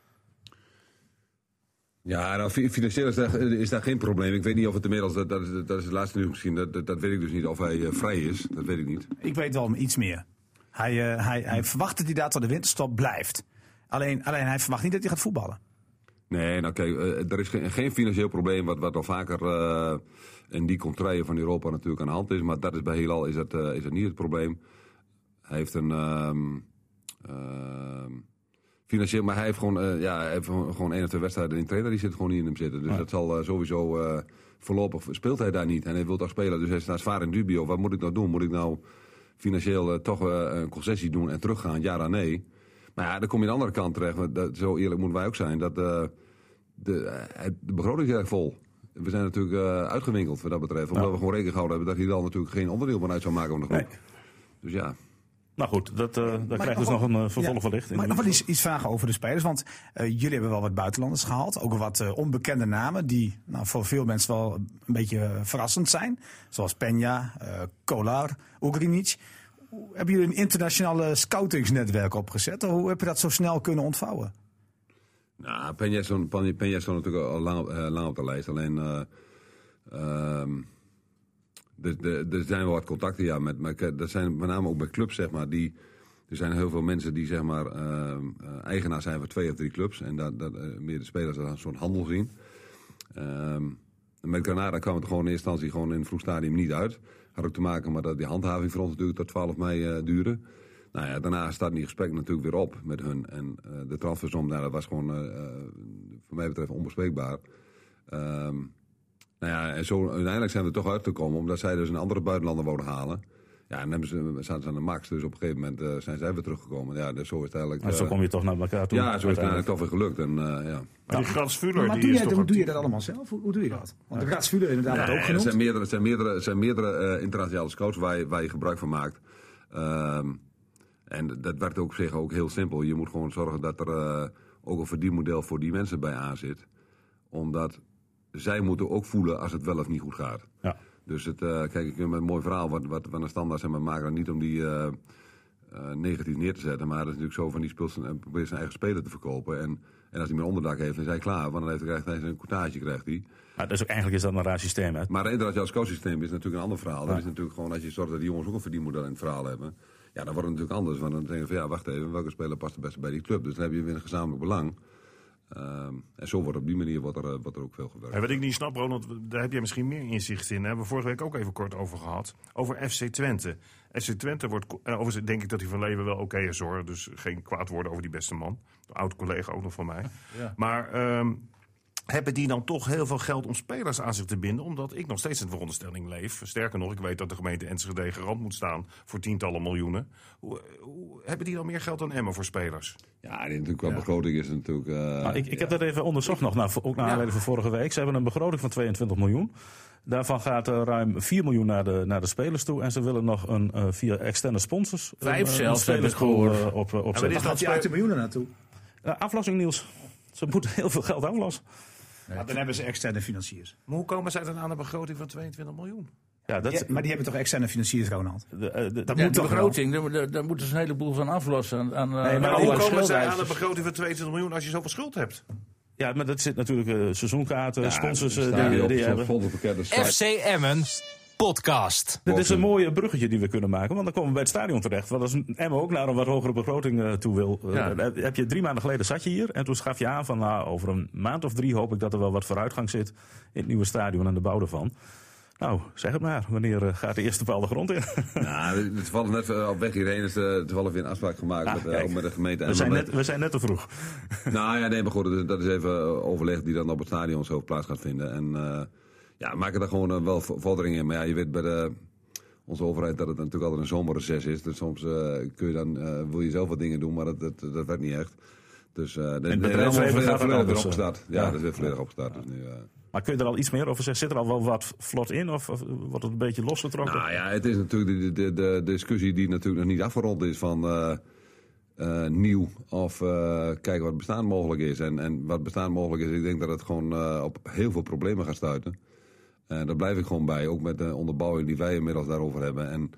Ja, nou, financieel is daar geen probleem. Ik weet niet of het inmiddels, dat is het laatste nieuws misschien, dat weet ik dus niet. Of hij vrij is, dat weet ik niet. Ik weet wel iets meer. Hij verwacht dat hij daar tot de winterstop blijft. Alleen hij verwacht niet dat hij gaat voetballen. Nee, nou kijk, er is geen financieel probleem wat al vaker in die contraien van Europa natuurlijk aan de hand is. Maar dat is bij Hilal is dat niet het probleem. Hij heeft financieel, maar hij heeft gewoon 1 of 2 wedstrijden in trainer, die zit gewoon niet in hem zitten. Dus dat zal sowieso voorlopig speelt hij daar niet. En hij wil toch spelen, dus hij staat zwaar in dubio. Wat moet ik nou doen? Moet ik nou financieel toch een concessie doen en teruggaan? Ja, dan nee. Maar ja, dan kom je aan de andere kant terecht. Zo eerlijk moeten wij ook zijn. Dat de begroting is erg vol. We zijn natuurlijk uitgewinkeld wat dat betreft. Omdat we gewoon rekening gehouden hebben dat hij dan natuurlijk geen onderdeel van uit zou maken van de groep. Nee. Dus ja. Nou goed, daar krijgt dus nog een vervolg wellicht. Maar nog wel iets vragen over de spelers. Want jullie hebben wel wat buitenlanders gehaald. Ook wat onbekende namen die voor veel mensen wel een beetje verrassend zijn. Zoals Peña, Kolar, Ugrinic. Hebben jullie een internationale scoutingsnetwerk opgezet? Hoe heb je dat zo snel kunnen ontvouwen? Nou, Peña stond natuurlijk al lang op de lijst. Alleen, er zijn wel wat contacten, maar dat zijn met name ook bij clubs, zeg maar. Er zijn heel veel mensen die, zeg maar, eigenaar zijn van 2 of 3 clubs. En meer de spelers dat een soort handel zien. Met Granada kwam het gewoon in eerste instantie gewoon in het vroeg stadium niet uit. Had ook te maken met dat die handhaving voor ons natuurlijk tot 12 mei duurde. Nou ja, daarna staat die gesprek natuurlijk weer op met hun. En de transfersom, dat was gewoon, voor mij betreft, onbespreekbaar. En zo uiteindelijk zijn we er toch uit te komen, omdat zij dus een andere buitenlander wouden halen. Ja, en dan zaten ze aan de max, dus op een gegeven moment zijn zij weer teruggekomen. Ja, dus zo is het eigenlijk... Maar zo kom je toch naar elkaar toe? Ja, zo is het eigenlijk toch weer gelukt. En, ja. Maar die Gras Fuller, maar hoe doe je dat allemaal zelf? Hoe doe je dat? Want de Gras Fuller inderdaad wordt ook genoemd. Er zijn meerdere internationale scouts waar je gebruik van maakt. En dat werkt ook op zich ook heel simpel. Je moet gewoon zorgen dat er ook een verdienmodel voor die mensen bij aan zit. Omdat zij moeten ook voelen als het wel of niet goed gaat. Ja. Dus kijk, ik heb een mooi verhaal wat een standaard zijn, maar maken niet om die negatief neer te zetten. Maar het is natuurlijk zo van die probeert zijn eigen speler te verkopen. En als hij maar onderdak heeft, dan is hij klaar. Want dan krijgt hij zijn courtage, krijgt hij. Maar dus eigenlijk is dat een raar systeem, hè? Maar internationaal scoutsysteem is natuurlijk een ander verhaal. Dat is natuurlijk gewoon als je zorgt dat die jongens ook een verdienmodel in het verhaal hebben. Ja, dan wordt het natuurlijk anders. Want dan denk je van ja, wacht even, welke speler past het beste bij die club? Dus dan heb je weer een gezamenlijk belang. En zo wordt op die manier wordt er ook veel gewerkt. Wat ik niet snap, Ronald, daar heb jij misschien meer inzicht in. Daar hebben we vorige week ook even kort over gehad. Over FC Twente. FC Twente wordt, overigens denk ik dat hij van leven wel oké is hoor. Dus geen kwaad woorden over die beste man. Een oud collega ook nog van mij. Ja. Maar hebben die dan toch heel veel geld om spelers aan zich te binden? Omdat ik nog steeds in de veronderstelling leef. Sterker nog, ik weet dat de gemeente Enschede garant moet staan voor tientallen miljoenen. Hebben die dan meer geld dan Emmen voor spelers? Ja, die natuurlijk qua begroting is het natuurlijk... Ik heb dat even onderzocht nog, ook naar aanleiding van vorige week. Ze hebben een begroting van 22 miljoen. Daarvan gaat ruim 4 miljoen naar de spelers toe. En ze willen nog via externe sponsors... 5 zelfs heb ik gehoord. Opzetten. Waar gaat die 8 miljoen naartoe? Aflossing, Niels. Ze moeten heel veel geld aflossen. Maar dan hebben ze externe financiers. Maar hoe komen zij dan aan een begroting van 22 miljoen? Ja, maar die hebben toch externe financiers, Ronald? Dat moet toch begroting, daar moeten ze een heleboel van aflossen. Maar hoe komen zij aan een begroting van 22 miljoen als je zoveel schuld hebt? Ja, maar dat zit natuurlijk seizoenkaarten, sponsors die hebben. FC Emmen podcast. Dit is een mooie bruggetje die we kunnen maken, want dan komen we bij het stadion terecht. Want als Emmen ook naar een wat hogere begroting toe wil. Heb je 3 maanden geleden zat je hier en toen schaf je aan van over een maand of 3 hoop ik dat er wel wat vooruitgang zit in het nieuwe stadion en de bouw ervan. Nou, zeg het maar. Wanneer gaat de eerste paal de grond in? Nou, toevallig net op weg hierheen is toevallig weer een afspraak gemaakt met de gemeente. We zijn net te vroeg. Nou ja, nee, maar goed, dat is even overleg die dan op het stadion zo plaats gaat vinden. En maken daar gewoon wel vorderingen in. Maar ja, je weet bij onze overheid dat het natuurlijk altijd een zomerreces is. Dus soms wil je zelf wat dingen doen, maar dat werkt niet echt. Dus dat is volledig opgestart. Ja, dat is weer volledig opgestart. Dus nu... Maar kun je er al iets meer over zeggen? Zit er al wel wat vlot in of wordt het een beetje losgetrokken? Nou ja, het is natuurlijk de discussie die natuurlijk nog niet afgerond is van nieuw of kijken wat bestaan mogelijk is. En wat bestaan mogelijk is, ik denk dat het gewoon op heel veel problemen gaat stuiten. Daar blijf ik gewoon bij, ook met de onderbouwing die wij inmiddels daarover hebben. En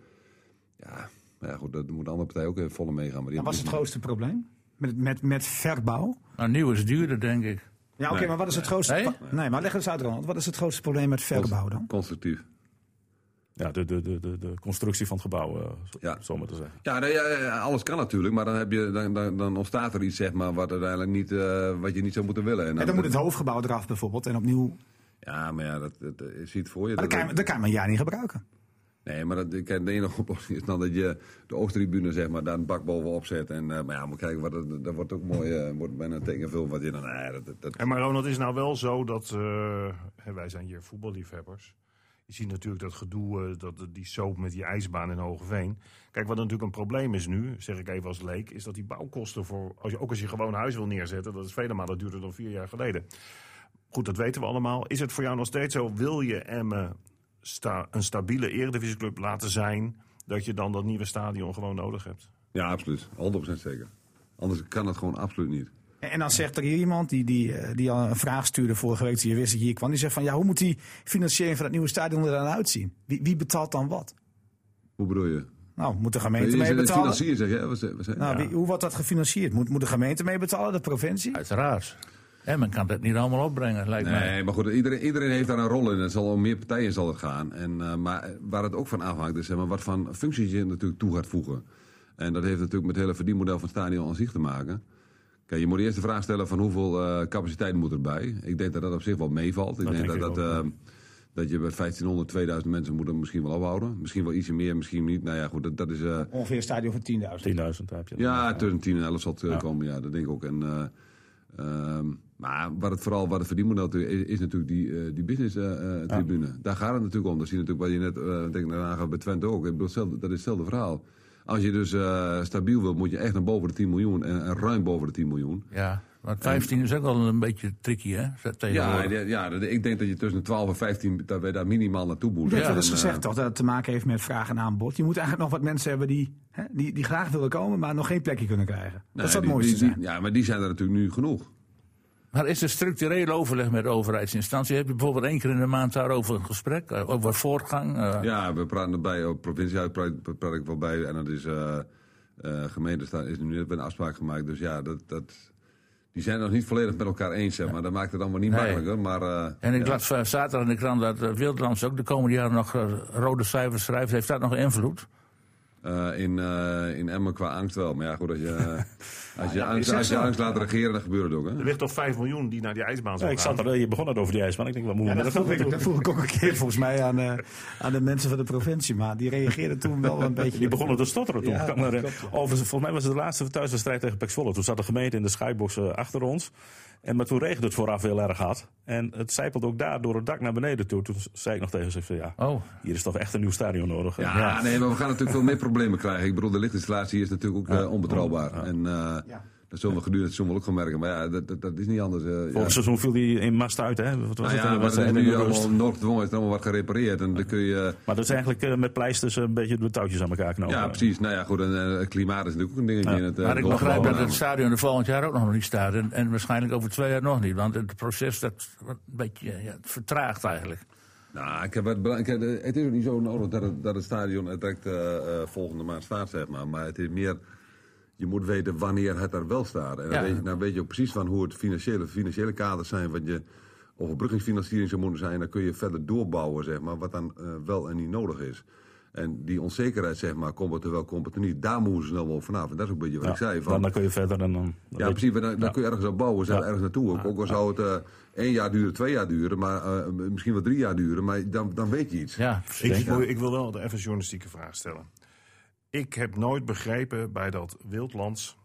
ja goed, dat moet de andere partij ook even volle meegaan. Maar wat is het grootste probleem met verbouw? Nou, nieuw is duurder, denk ik. Ja, oké, maar wat is het grootste... Nee, maar leg eens uit, Ronald. Wat is het grootste probleem met verbouw dan? Constructief. Ja, de constructie van het gebouw, zo maar te zeggen. Ja, alles kan natuurlijk, maar dan ontstaat er iets, zeg maar, wat uiteindelijk niet, wat je niet zou moeten willen. En dan moet het hoofdgebouw eraf bijvoorbeeld en opnieuw... Ja, maar ja, dat ziet voor je. Maar dat kan je een jaar niet gebruiken. Nee, maar de enige oplossing is dan dat je de oogtribune, zeg maar, daar een bak bovenop zet. En, maar ja, moet kijken, dat wordt ook mooi, wordt bijna tekenveel wat je dan... En maar Ronald, het is nou wel zo dat, wij zijn hier voetballiefhebbers. Je ziet natuurlijk dat gedoe, die soap met die ijsbaan in Hogeveen. Kijk, wat natuurlijk een probleem is nu, zeg ik even als leek, is dat die bouwkosten voor, als je gewoon een huis wil neerzetten, dat is vele malen duurder dan 4 jaar geleden. Goed, dat weten we allemaal. Is het voor jou nog steeds zo, wil je Emmen een stabiele eredivisieclub laten zijn dat je dan dat nieuwe stadion gewoon nodig hebt. Ja, absoluut. 100% zeker. Anders kan het gewoon absoluut niet. En dan zegt er hier iemand die al een vraag stuurde vorige week, die je wist dat je hier kwam. Die zegt van, hoe moet die financiering van het nieuwe stadion er dan uitzien? Wie betaalt dan wat? Hoe bedoel je? Nou, moet de gemeente mee betalen? Financieren, zeg je? Hoe wordt dat gefinancierd? Moet de gemeente mee betalen, de provincie? Uiteraard. Men kan het niet allemaal opbrengen, lijkt mij. Nee, maar goed, iedereen heeft daar een rol in. Er zal om meer partijen zal het gaan. Maar waar het ook van afhangt is wat voor functies je natuurlijk toe gaat voegen. En dat heeft natuurlijk met het hele verdienmodel van het stadion aan zich te maken. Kijk, je moet eerst de vraag stellen van hoeveel capaciteit moet erbij. Ik denk dat dat op zich wel meevalt. Ik denk dat je bij 1500, 2000 mensen moet er misschien wel ophouden. Misschien wel ietsje meer, misschien niet. Nou ja, goed, dat is... Ongeveer een stadion van 10.000. 10.000 heb je. Ja, tussen 10 en 11 zal het komen. Ja, dat denk ik ook. Maar wat het verdienmodel is natuurlijk die business tribune. Daar gaat het natuurlijk om. Dat zie je natuurlijk wat je net bij Twente ook. Ik bedoel, dat is hetzelfde verhaal. Als je dus stabiel wilt, moet je echt naar boven de 10 miljoen. En ruim boven de 10 miljoen. Ja, maar 15 is ook wel een beetje tricky, hè? Ja, ik denk dat je tussen de 12 en 15... dat wij daar minimaal naartoe moeten. Je hebt wel eens gezegd toch, dat het te maken heeft met vraag en aanbod. Je moet eigenlijk nog wat mensen hebben die graag willen komen, maar nog geen plekje kunnen krijgen. Dat zou het mooiste zijn. Ja, maar die zijn er natuurlijk nu genoeg. Maar is er structureel overleg met de overheidsinstantie? Heb je bijvoorbeeld 1 keer in de maand daarover een gesprek? Over voortgang? Ja, we praten erbij. Op provincie praat ik wel bij. En dat is gemeente is nu net een afspraak gemaakt. Dus ja, die zijn nog niet volledig met elkaar eens. Zeg maar. Dat maakt het allemaal niet makkelijker. Maar, en ik las zaterdag in de krant dat Wildlands ook de komende jaren nog rode cijfers schrijft. Heeft dat nog invloed? In Emmen qua angst wel. Maar ja, goed, als je angst laat regeren, dan gebeurt het ook. Hè? Er ligt toch 5 miljoen die naar die ijsbaan zou gaan? Je begon het over die ijsbaan. Ik denk, wat moeten we dat vroeg ik ook een keer volgens mij aan de mensen van de provincie. Maar die reageerden toen wel een beetje... Die begonnen te stotteren toen. Ja, volgens mij was het de laatste thuiswedstrijd tegen PEC Zwolle. Toen zat de gemeente in de skybox achter ons. Maar toen regende het vooraf heel erg hard. En het zijpelde ook daar door het dak naar beneden toe. Toen zei ik nog tegen ze van hier is toch echt een nieuw stadion nodig. Nee, maar we gaan natuurlijk veel meer problemen krijgen. Ik bedoel, de lichtinstallatie is natuurlijk ook onbetrouwbaar. En dat zullen we gedurende het seizoen wel ook gaan merken. Maar ja, dat is niet anders. Volgend seizoen viel die in mast uit, hè? Maar dan nu allemaal noodgedwongen is er allemaal wat gerepareerd. En dan kun je... Maar dat is eigenlijk met pleisters een beetje de touwtjes aan elkaar knopen. Ja, precies. Nou ja, goed. En het klimaat is natuurlijk ook een dingetje. In het, maar ik begrijp dat het stadion er volgend jaar ook nog niet staat. En waarschijnlijk over 2 jaar nog niet. Want het proces dat een beetje vertraagt eigenlijk. Nou, het is ook niet zo nodig dat het stadion direct volgende maand staat, zeg maar. Maar het is meer... Je moet weten wanneer het er wel staat. En dan weet je ook precies van hoe het financiële kaders zijn. Wat je overbruggingsfinanciering zou moeten zijn. Dan kun je verder doorbouwen, zeg maar, wat dan wel en niet nodig is. En die onzekerheid, zeg maar, komt het er wel, komt het er niet. Daar moeten ze snel mogelijk vanaf. En dat is ook een beetje wat ik zei. Dan kun je verder en dan... Ja, precies. Dan kun je ergens op bouwen. Ergens naartoe. Ook al zou het 1 jaar duren, 2 jaar duren. Maar misschien wel 3 jaar duren. Maar dan weet je iets. Ja, ik wil wel even een journalistieke vraag stellen. Ik heb nooit begrepen bij dat Wildlands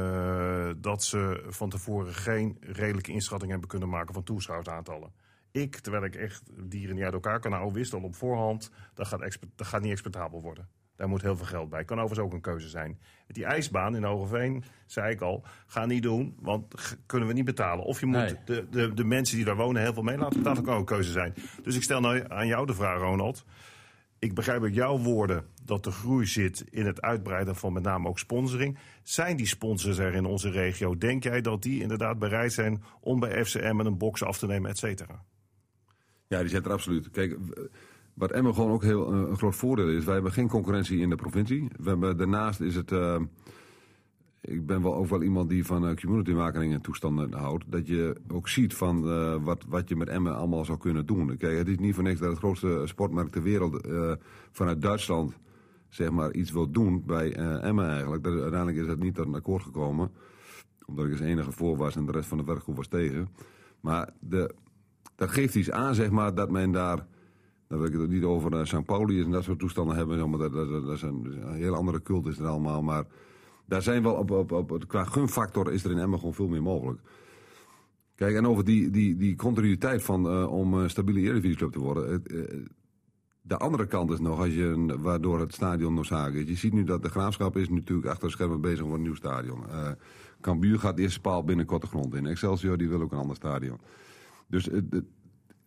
dat ze van tevoren geen redelijke inschatting hebben kunnen maken van toeschouwersaantallen. Terwijl ik echt dieren niet uit elkaar kan houden, wist al op voorhand, dat gaat niet exportabel worden. Daar moet heel veel geld bij. Kan overigens ook een keuze zijn. Die ijsbaan in Hogeveen, zei ik al, ga niet doen, want kunnen we niet betalen. Of je moet de mensen die daar wonen heel veel mee laten betalen, dat kan ook een keuze zijn. Dus ik stel nou aan jou de vraag, Ronald. Ik begrijp uit jouw woorden dat de groei zit in het uitbreiden van met name ook sponsoring. Zijn die sponsors er in onze regio? Denk jij dat die inderdaad bereid zijn om bij FC Emmen een box af te nemen, et cetera? Ja, die zit er absoluut. Kijk, wat Emmen gewoon ook heel een groot voordeel is. Wij hebben geen concurrentie in de provincie. Daarnaast is het... ik ben ook wel iemand die van community marketing en toestanden houdt. Dat je ook ziet van wat je met Emmen allemaal zou kunnen doen. Kijk, het is niet voor niks dat het grootste sportmerk ter wereld vanuit Duitsland zeg maar iets wil doen bij Emmen eigenlijk. Uiteindelijk is dat niet tot een akkoord gekomen. Omdat ik als enige voor was en de rest van de werkgroep was tegen. Maar dat geeft iets aan, zeg maar, dat men daar... Dan wil ik het niet over St. Pauli en dat soort toestanden hebben. Maar dat is een heel andere cult is er allemaal, maar... Daar zijn wel qua gunfactor is er in Emmen gewoon veel meer mogelijk. Kijk, en over die continuïteit van om stabiele Eredivisieclub te worden. De andere kant is nog, waardoor het stadion noodzakelijk is. Je ziet nu dat de Graafschap is natuurlijk achter de schermen bezig voor een nieuw stadion. Cambuur gaat de eerste paal binnenkort de grond in. Excelsior die wil ook een ander stadion. Dus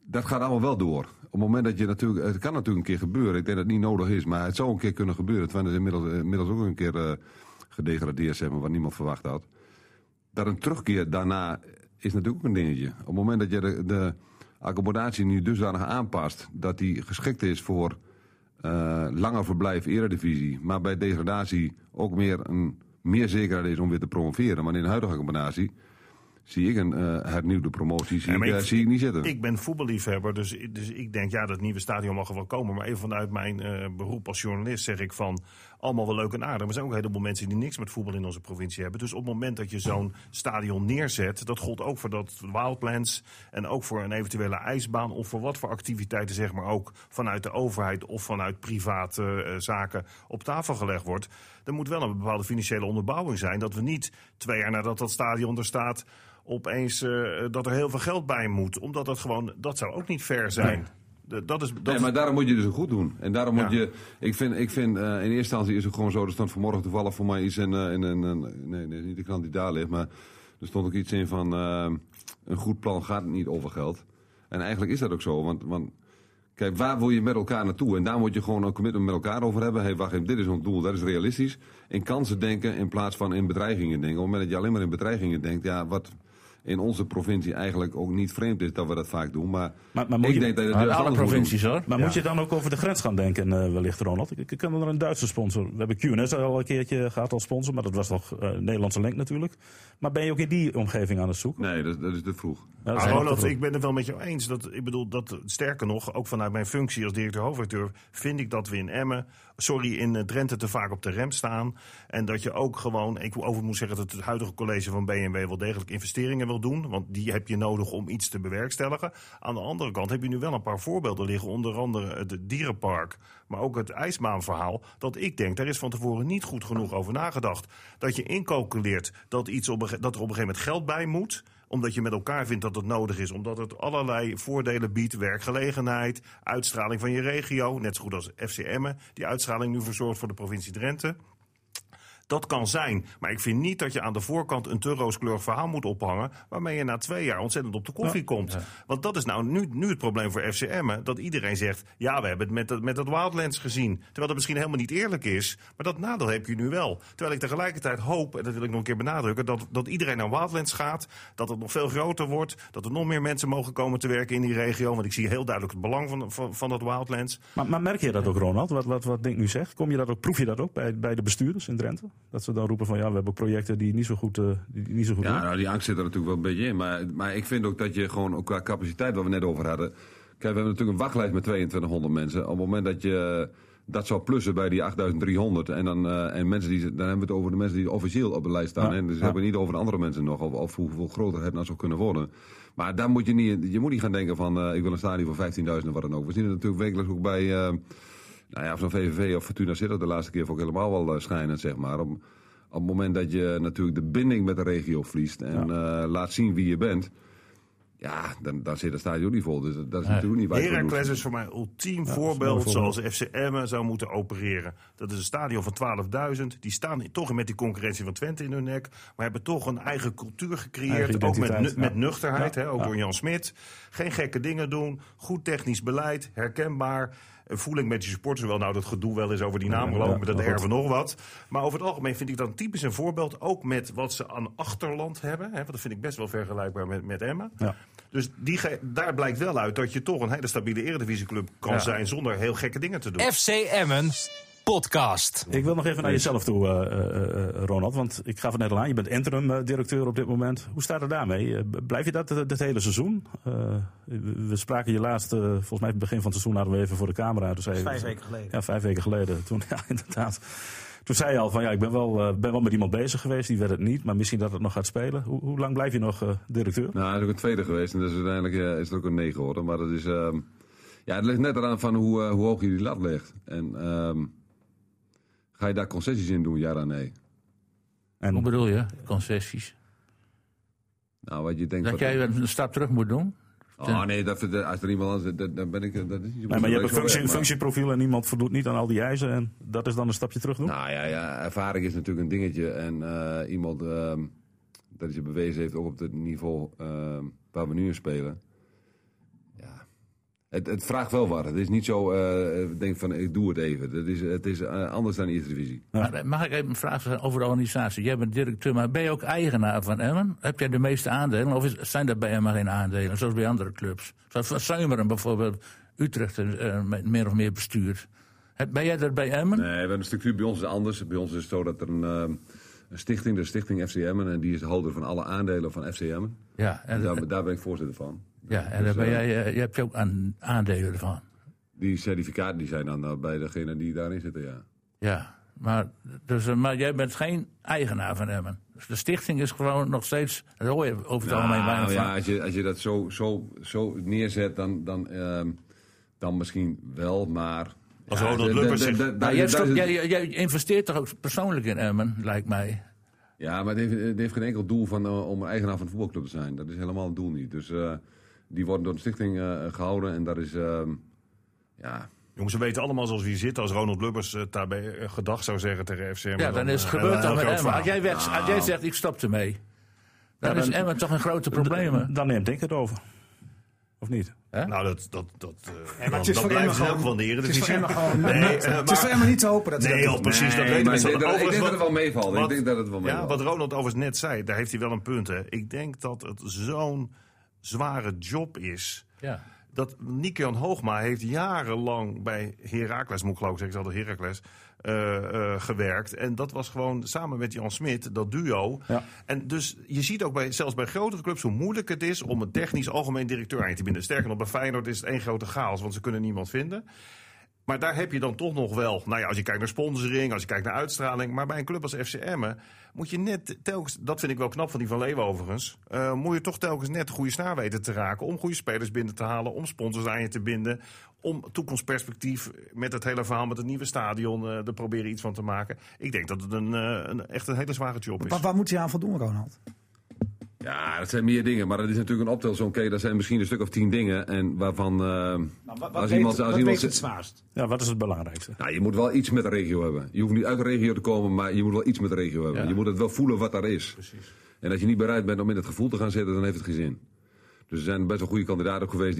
dat gaat allemaal wel door. Op het moment dat je natuurlijk... Het kan natuurlijk een keer gebeuren. Ik denk dat het niet nodig is. Maar het zou een keer kunnen gebeuren. Twente is inmiddels ook een keer gedegradeerd, zeg maar, wat niemand verwacht had. Dat een terugkeer daarna is natuurlijk ook een dingetje. Op het moment dat je de accommodatie nu dusdanig aanpast... dat die geschikt is voor langer verblijf eredivisie... maar bij degradatie ook meer zekerheid is om weer te promoveren. Maar in de huidige accommodatie... zie ik een hernieuwde promotie zie ik niet zitten. Ik ben voetballiefhebber, dus ik denk, ja, dat nieuwe stadion mag er wel komen. Maar even vanuit mijn beroep als journalist zeg ik van... allemaal wel leuk en aardig. Maar er zijn ook een heleboel mensen die niks met voetbal in onze provincie hebben. Dus op het moment dat je zo'n stadion neerzet... dat gold ook voor dat Wildlands en ook voor een eventuele ijsbaan... of voor wat voor activiteiten zeg maar ook vanuit de overheid... of vanuit private zaken op tafel gelegd wordt. Er moet wel een bepaalde financiële onderbouwing zijn... dat we niet 2 jaar nadat dat stadion er staat... opeens dat er heel veel geld bij moet. Omdat dat zou ook niet fair zijn. Nee. Maar daarom moet je dus ook goed doen. En daarom moet je... Ik vind in eerste instantie is het gewoon zo... Er stond vanmorgen toevallig voor mij iets in... nee, niet de krant die daar ligt. Maar er stond ook iets in van... een goed plan gaat niet over geld. En eigenlijk is dat ook zo. Want kijk, waar wil je met elkaar naartoe? En daar moet je gewoon een commitment met elkaar over hebben. Hey, wacht even, dit is ons doel, dat is realistisch. In kansen denken in plaats van in bedreigingen denken. Op het moment dat je alleen maar in bedreigingen denkt... ja, wat in onze provincie eigenlijk ook niet vreemd is dat we dat vaak doen. Maar ik denk dat het alle provincies hoor. Maar moet je dan ook over de grens gaan denken wellicht, Ronald? Ik ken er een Duitse sponsor. We hebben QNS al een keertje gehad als sponsor, maar dat was nog Nederlandse link natuurlijk. Maar ben je ook in die omgeving aan het zoeken? Nee, dat is te vroeg. Ronald, ik ben het wel met jou eens. Sterker nog, ook vanuit mijn functie als directeur-hoofdredacteur... vind ik dat we in Drenthe te vaak op de rem staan. En dat je ook gewoon... Ik moet zeggen dat het huidige college van BMW wel degelijk investeringen wil doen. Want die heb je nodig om iets te bewerkstelligen. Aan de andere kant heb je nu wel een paar voorbeelden liggen. Onder andere het dierenpark, maar ook het ijsbaanverhaal. Dat ik denk, daar is van tevoren niet goed genoeg over nagedacht. Dat je incalculeert dat er op een gegeven moment geld bij moet... omdat je met elkaar vindt dat het nodig is. Omdat het allerlei voordelen biedt. Werkgelegenheid, uitstraling van je regio. Net zo goed als FC Emmen. Die uitstraling nu verzorgt voor de provincie Drenthe. Dat kan zijn. Maar ik vind niet dat je aan de voorkant een te rooskleurig verhaal moet ophangen... waarmee je na 2 jaar ontzettend op de koffie komt. Ja. Want dat is nou nu het probleem voor FC Emmen. Dat iedereen zegt, ja, we hebben het met dat Wildlands gezien. Terwijl dat misschien helemaal niet eerlijk is. Maar dat nadeel heb je nu wel. Terwijl ik tegelijkertijd hoop, en dat wil ik nog een keer benadrukken... dat iedereen naar Wildlands gaat. Dat het nog veel groter wordt. Dat er nog meer mensen mogen komen te werken in die regio. Want ik zie heel duidelijk het belang van dat Wildlands. Maar merk je dat ook, Ronald? Wat Dink nu zegt? Proef je dat ook bij de bestuurders in Drenthe? Dat ze dan roepen van ja, we hebben projecten die niet zo goed doen. Ja, nou, die angst zit er natuurlijk wel een beetje in. Maar ik vind ook dat je gewoon ook qua capaciteit, wat we net over hadden... Kijk, we hebben natuurlijk een wachtlijst met 2200 mensen. Op het moment dat je dat zou plussen bij die 8300... en mensen dan hebben we het over de mensen die officieel op de lijst staan. En dus hebben we niet over de andere mensen nog. Of hoeveel groter het nou zou kunnen worden. Maar daar moet je moet niet gaan denken van... ik wil een stadion van 15.000 of wat dan ook. We zien het natuurlijk wekelijks ook bij... zo'n VVV of Fortuna Sittard de laatste keer ook helemaal wel schijnend, zeg maar. Op het moment dat je natuurlijk de binding met de regio verliest en laat zien wie je bent, ja, dan zit het stadion niet vol. Dus dat is natuurlijk niet waar. Heracles is voor mij een ultiem voorbeeld zoals FC Emmen zou moeten opereren. Dat is een stadion van 12.000. Die staan toch met die concurrentie van Twente in hun nek, maar hebben toch een eigen cultuur gecreëerd. Ook met nuchterheid, ook door Jan Smit. Geen gekke dingen doen, goed technisch beleid, herkenbaar. Voeling met je supporters, wel nou dat gedoe wel is over die naam gelopen, met dat erven nog wat. Maar over het algemeen vind ik dat typisch een voorbeeld, ook met wat ze aan achterland hebben. Want dat vind ik best wel vergelijkbaar met Emmen. Ja. Dus daar blijkt wel uit dat je toch een hele stabiele eredivisieclub kan zijn zonder heel gekke dingen te doen. FC Emmen podcast. Ik wil nog even naar jezelf toe, Ronald, want ik gaf het net al aan. Je bent interim directeur op dit moment. Hoe staat het daarmee? Blijf je dat het hele seizoen? We spraken je laatst, volgens mij begin van het seizoen hadden we even voor de camera. Dat is 5 weken geleden. Ja, 5 weken geleden. Toen, ja, inderdaad. Toen zei je al van ja, ik ben wel met iemand bezig geweest. Die werd het niet, maar misschien dat het nog gaat spelen. Hoe lang blijf je nog directeur? Nou, hij is ook een tweede geweest en dus uiteindelijk is het ook een 9 geworden. Maar dat is, het ligt net eraan van hoe hoog je die lat legt. En ga je daar concessies in doen, ja dan nee. En hoe bedoel je, concessies? Nou, wat je denkt... Dat jij een stap terug moet doen? Oh nee, als er iemand anders... Dan ben ik... Dat is niet maar je hebt een functieprofiel en iemand voldoet niet aan al die eisen. En dat is dan een stapje terug doen? Nou ja, ervaring is natuurlijk een dingetje. En iemand dat je bewezen heeft, ook op het niveau waar we nu in spelen. Ja, Het vraagt wel wat. Het is niet zo, denk van ik doe het even. Het is anders dan de Eerste Divisie. Ja. Mag ik even een vraag stellen over de organisatie? Jij bent directeur, maar ben je ook eigenaar van Emmen? Heb jij de meeste aandelen? Of zijn er bij Emmen geen aandelen, zoals bij andere clubs? Zoals van Zuimeren bijvoorbeeld, Utrecht met meer of meer bestuur. Ben jij dat bij Emmen? Nee, we hebben een structuur. Bij ons is anders. Bij ons is het zo dat er een stichting, de Stichting FC Emmen, en die is de houder van alle aandelen van FC Emmen. Ja, en daar ben ik voorzitter van. Ja, en dus, je hebt ook aandelen ervan. Die certificaten die zijn dan bij degene die daarin zitten, ja. Ja, maar jij bent geen eigenaar van Emmen. Dus de stichting is gewoon nog steeds, dat hoor je over het algemeen weinig van. Ja, als je dat zo neerzet, dan misschien wel, maar... Als Ronald Lubbers jij investeert toch ook persoonlijk in Emmen, lijkt mij. Ja, maar het heeft geen enkel doel om een eigenaar van een voetbalclub te zijn. Dat is helemaal het doel niet. Dus die worden door de stichting gehouden en dat is... Jongens, we weten allemaal zoals we hier zitten. Als Ronald Lubbers daarbij gedag zou zeggen tegen FCM... Ja, dan is het gebeurd dan met Emmen. Als jij zegt, ik stop ermee. Dan is Emmen toch een grote probleem. Dan neemt ik het over. Of niet? Nou, dat blijven ze ook waarderen. Het is voor Emmen niet te hopen. Precies. Dat ik denk dat het wel meevalt. Wat Ronald overigens net zei, daar heeft hij wel een punt. Hè. Ik denk dat het zo'n zware job is... Ja. Dat Niek-Jan Hoogma heeft jarenlang bij Heracles, moet ik geloof ik zeggen, ze hadden Heracles gewerkt. En dat was gewoon samen met Jan Smit, dat duo. Ja. En dus je ziet ook zelfs bij grotere clubs hoe moeilijk het is om een technisch algemeen directeur aan te binden. Sterker nog, bij Feyenoord is het één grote chaos, want ze kunnen niemand vinden. Maar daar heb je dan toch nog wel, als je kijkt naar sponsoring, als je kijkt naar uitstraling. Maar bij een club als FC Emmen moet je net telkens, dat vind ik wel knap van die Van Leeuwen overigens, moet je toch telkens net de goede snaar weten te raken. Om goede spelers binnen te halen, om sponsors aan je te binden. Om toekomstperspectief met het hele verhaal met het nieuwe stadion er proberen iets van te maken. Ik denk dat het echt een hele zware job is. Maar waar moet je aan voldoen, Ronald? Ja, dat zijn meer dingen, maar dat is natuurlijk een optelsom. Dat zijn misschien een stuk of 10 dingen. En waarvan. Wat weegt het zwaarst? Ja, wat is het belangrijkste? Nou, je moet wel iets met de regio hebben. Je hoeft niet uit de regio te komen, maar je moet wel iets met de regio hebben. Ja. Je moet het wel voelen wat daar is. Precies. En als je niet bereid bent om in het gevoel te gaan zitten, dan heeft het geen zin. Dus er zijn best wel goede kandidaten ook geweest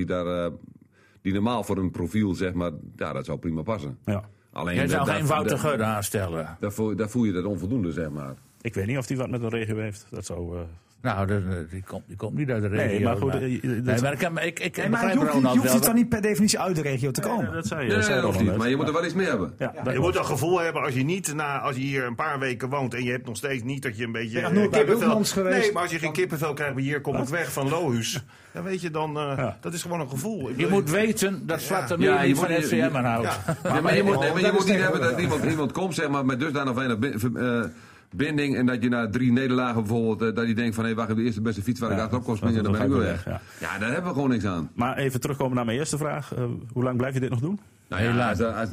die normaal voor een profiel, zeg maar, ja, dat zou prima passen. Ja. Alleen, jij zou geen Wouter Gudde aanstellen. Daar voel je dat onvoldoende, zeg maar. Ik weet niet of hij wat met de regio heeft. Dat zou... die komt niet uit de regio. Nee, maar goed. Je hoeft het dan niet per definitie uit de regio te komen. Dat zei je. Niet, maar je moet er wel iets mee hebben. Ja, je moet een gevoel hebben als je hier een paar weken woont en je hebt nog steeds niet dat je een beetje kippenvel... Nee, maar als je geen kippenvel krijgt, hier kom ik weg van Lohuus. Dan weet je dan, dat is gewoon een gevoel. Je moet weten dat Zwarte Meer niet van FCM aanhoudt. Ja, maar je moet niet hebben dat iemand komt, zeg maar, met dusdanig weinig binding en dat je na 3 nederlagen bijvoorbeeld, dat je denkt van, wacht, de eerste beste fiets waar ik achterop kon springen, dan ben ik weer weg. Ja, daar hebben we gewoon niks aan. Maar even terugkomen naar mijn eerste vraag. Hoe lang blijf je dit nog doen? Nou, heel lang.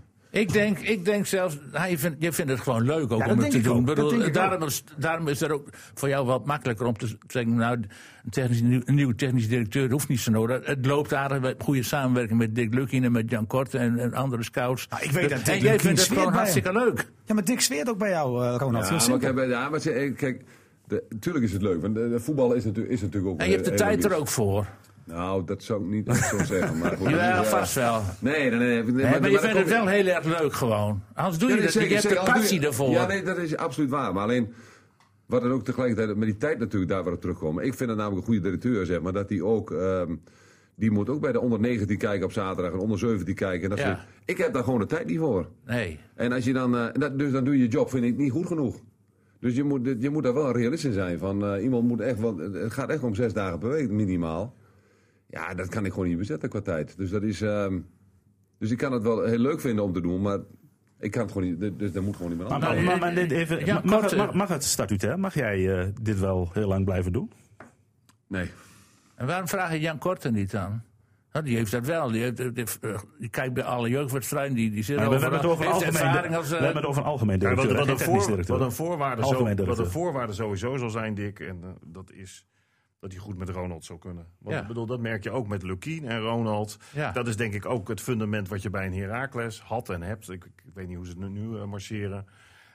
Ik denk zelfs, je vindt het gewoon leuk ook om het te doen. Daarom is het ook voor jou wat makkelijker om te zeggen, een nieuwe technische directeur hoeft niet zo nodig. Het loopt aardig, goede samenwerking met Dick Lukkien en met Jan Kort en andere scouts. Nou, ik weet dat Dick en jij vindt het gewoon hartstikke leuk. Ja, maar Dick zweert ook bij jou, Ronald. Maar kijk, natuurlijk is het leuk, want voetballen is natuurlijk ook... En je hebt de tijd er ook voor. Nou, dat zou ik niet echt zo zeggen. Maar goed, ja, vast wel. Nee. Maar je vindt het wel heel erg leuk gewoon. Anders doe je dat niet. Je hebt de passie ervoor. Ja, nee, dat is absoluut waar. Maar alleen, wat er ook tegelijkertijd met die tijd natuurlijk daar weer op terugkomen. Ik vind het namelijk een goede directeur, zeg maar, dat die ook... die moet ook bij de onder 19 kijken op zaterdag en onder 17 kijken. En dat ik heb daar gewoon de tijd niet voor. Nee. En als je dus dan doe je job, vind ik, niet goed genoeg. Dus je moet daar wel realistisch in zijn. Van, iemand moet echt, want het gaat echt om 6 dagen per week minimaal. Ja, dat kan ik gewoon niet bezetten qua tijd. Dus dat is. Dus ik kan het wel heel leuk vinden om te doen, maar ik kan het gewoon niet. Dus dat moet gewoon niet meer anders. Maar dit even, mag het statuut, hè? Mag jij dit wel heel lang blijven doen? Nee. En waarom vraag je Jan Korte niet aan? Die heeft dat wel. Die kijkt bij alle jeugdwedstrijden. Die zit we hebben het over een algemeen directeur. Wat een voorwaarde sowieso zal zijn, Dick. En dat is dat hij goed met Ronald zou kunnen. Want ik bedoel, dat merk je ook met Lukkien en Ronald. Ja. Dat is denk ik ook het fundament wat je bij een Heracles had en hebt. Ik weet niet hoe ze het nu marcheren.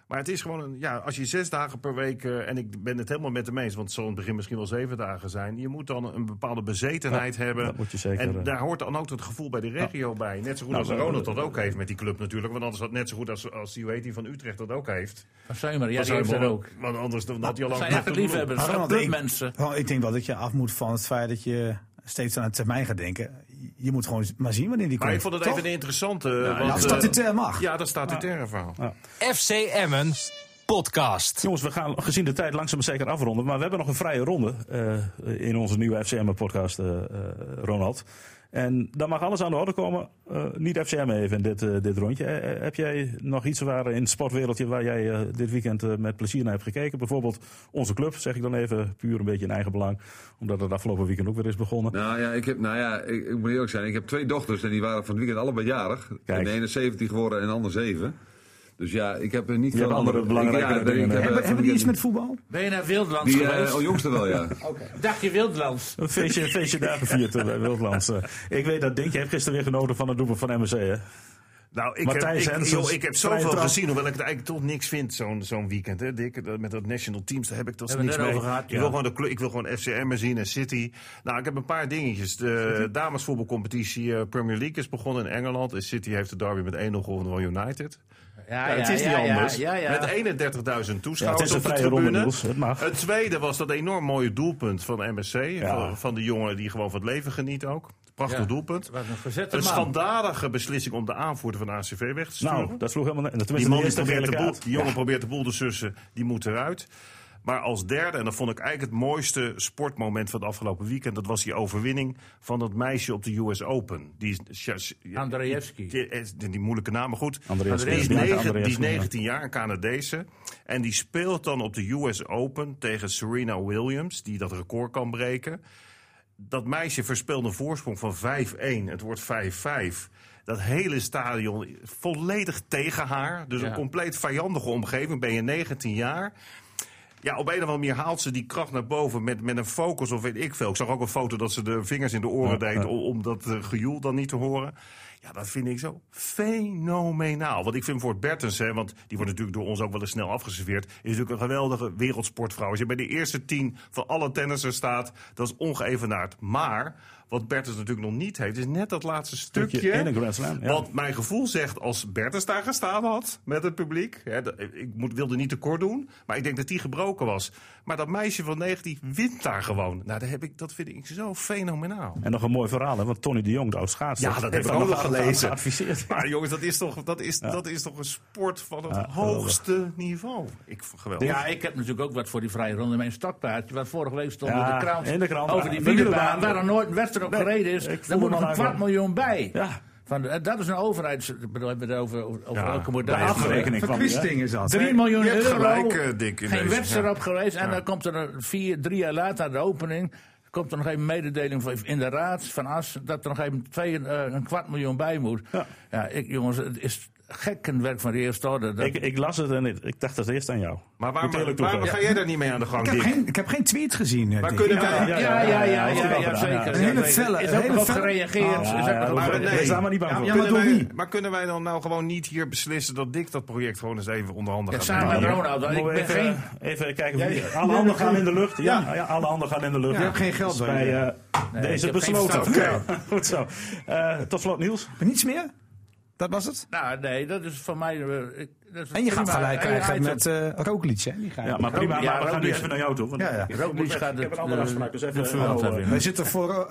Maar het is gewoon als je 6 dagen per week, en ik ben het helemaal met hem eens, want het zal in het begin misschien wel 7 dagen zijn. Je moet dan een bepaalde bezetenheid hebben. Dat moet je zeker, en daar hoort dan ook het gevoel bij de regio bij. Net zo goed als Ronald dat ook heeft met die club natuurlijk. Want anders had net zo goed als die van Utrecht dat ook heeft. Van Seumer, ja, die heeft dat ook. Want anders dan had hij al lang... zijn echt liefhebbers, clubmensen. Ik denk wel dat je af moet van het feit dat je steeds aan de termijn gaat denken. Je moet gewoon maar zien wanneer die komt. Maar ik vond het even een interessante... dat statutair mag. Ja, dat statutaire verhaal. Ja. FC Emmen podcast. Jongens, we gaan gezien de tijd langzaam zeker afronden. Maar we hebben nog een vrije ronde in onze nieuwe FC Emmen podcast, Ronald. En daar mag alles aan de orde komen. Niet FC Emmen even in dit rondje. Heb jij nog iets in het sportwereldje waar jij dit weekend met plezier naar hebt gekeken? Bijvoorbeeld onze club, zeg ik dan even, puur een beetje in eigen belang. Omdat het afgelopen weekend ook weer is begonnen. Ik moet eerlijk zijn. Ik heb 2 dochters en die waren van het weekend allebei jarig. En de ene 17 geworden en de ander 7. Dus ja, ik heb niet veel andere belangrijke dingen. Hebben die iets met voetbal? Ben je naar Wildlands geweest? Jongste wel, ja. Dacht je Wildlands? Een feestje daar gevierd bij Wildlands. Ik weet dat Dink, je hebt gisteren weer genoten van het doelpunt van MSC, hè? Nou, ik heb zoveel gezien, hoewel ik het eigenlijk toch niks vind, zo'n weekend, hè, Dick. Met dat national teams, daar heb ik toch niks mee. Ik wil gewoon FC Emmen zien en City. Nou, ik heb een paar dingetjes. De damesvoetbalcompetitie Premier League is begonnen in Engeland. En City heeft de derby met 1-0 gewonnen van United. Het is niet anders. Met 31.000 toeschouwers op de tribune. Het tweede was dat enorm mooie doelpunt van MSC. Van de jongen die gewoon van het leven geniet ook. Prachtig doelpunt. Een schandalige beslissing om de aanvoerder van de ACV weg te sturen. Nou, dat sloeg helemaal net. Die jongen probeert de boel te sussen. Die moet eruit. Maar als derde, en dat vond ik eigenlijk het mooiste sportmoment van het afgelopen weekend, dat was die overwinning van dat meisje op de US Open. Andreevski. Die moeilijke naam, maar goed. Die is 19 jaar, een Canadese. En die speelt dan op de US Open tegen Serena Williams, die dat record kan breken. Dat meisje verspeelde een voorsprong van 5-1. Het wordt 5-5. Dat hele stadion volledig tegen haar. Dus een compleet vijandige omgeving. Ben je 19 jaar... Ja, op een of andere manier haalt ze die kracht naar boven met een focus of weet ik veel. Ik zag ook een foto dat ze de vingers in de oren deed om dat gejoel dan niet te horen. Ja, dat vind ik zo fenomenaal. Want ik vind voor het Bertens, want die wordt natuurlijk door ons ook wel eens snel afgeserveerd, is natuurlijk een geweldige wereldsportvrouw. Als je bij de eerste 10 van alle tennissers staat, dat is ongeëvenaard. Maar wat Bertens natuurlijk nog niet heeft, is net dat laatste stukje. In een Grand Slam, Want mijn gevoel zegt, als Bertens daar gestaan had met het publiek, ik wilde niet tekort doen, maar ik denk dat die gebroken was. Maar dat meisje van 19 wint daar gewoon. Nou, dat vind ik zo fenomenaal. En nog een mooi verhaal, hè? Want Tony de Jong, de oud-schaatser, dat heb ik ook nog gelezen. Geadviseerd. Maar jongens, dat is toch een sport van het hoogste niveau. Geweldig. Ja, ik heb natuurlijk ook wat voor die vrije ronde. Mijn stokpaardje, wat vorige week stond in de krant over die wielerbaan, waar er nooit een wedstrijd op gereden is. Daar moet nog een 250.000 bij. Ja. Dat is een overheid. Over elke moderne afrekening. Verkwisting is dat. 3 miljoen euro. Gelijk, Dick, geen wedstrijd op geweest. En dan komt er 3 jaar later na de opening, komt er nog even een mededeling in de raad van As dat er nog even 250.000 bij moet. Ja, jongens, het is gekkenwerk van de eerste orde. Ik las het en ik dacht het eerst aan jou. Maar waarom ga jij daar niet mee aan de gang, ik heb geen tweet gezien. Maar kunnen wij... Ja, zeker. Een hele felle. Is ook nog gereageerd. Daar zijn we niet bang voor. Ja, maar door wie? Maar kunnen wij dan nou gewoon niet hier beslissen dat Dick dat project gewoon eens even onder handen gaat samen met Ronald. Even kijken. Alle handen gaan in de lucht. Ja, alle handen gaan in de lucht. Je hebt geen geld bij deze besloten. Goed zo. Tot slot, Niels. Niets meer? Dat was het? Nou, nee, dat is van mij... En je gaat gelijk krijgen met Roglic, hè? Ja, maar prima. Maar we gaan nu even naar jou toe. Roglic gaat ik heb een andere afspraak, dus even... Wij zitten voor...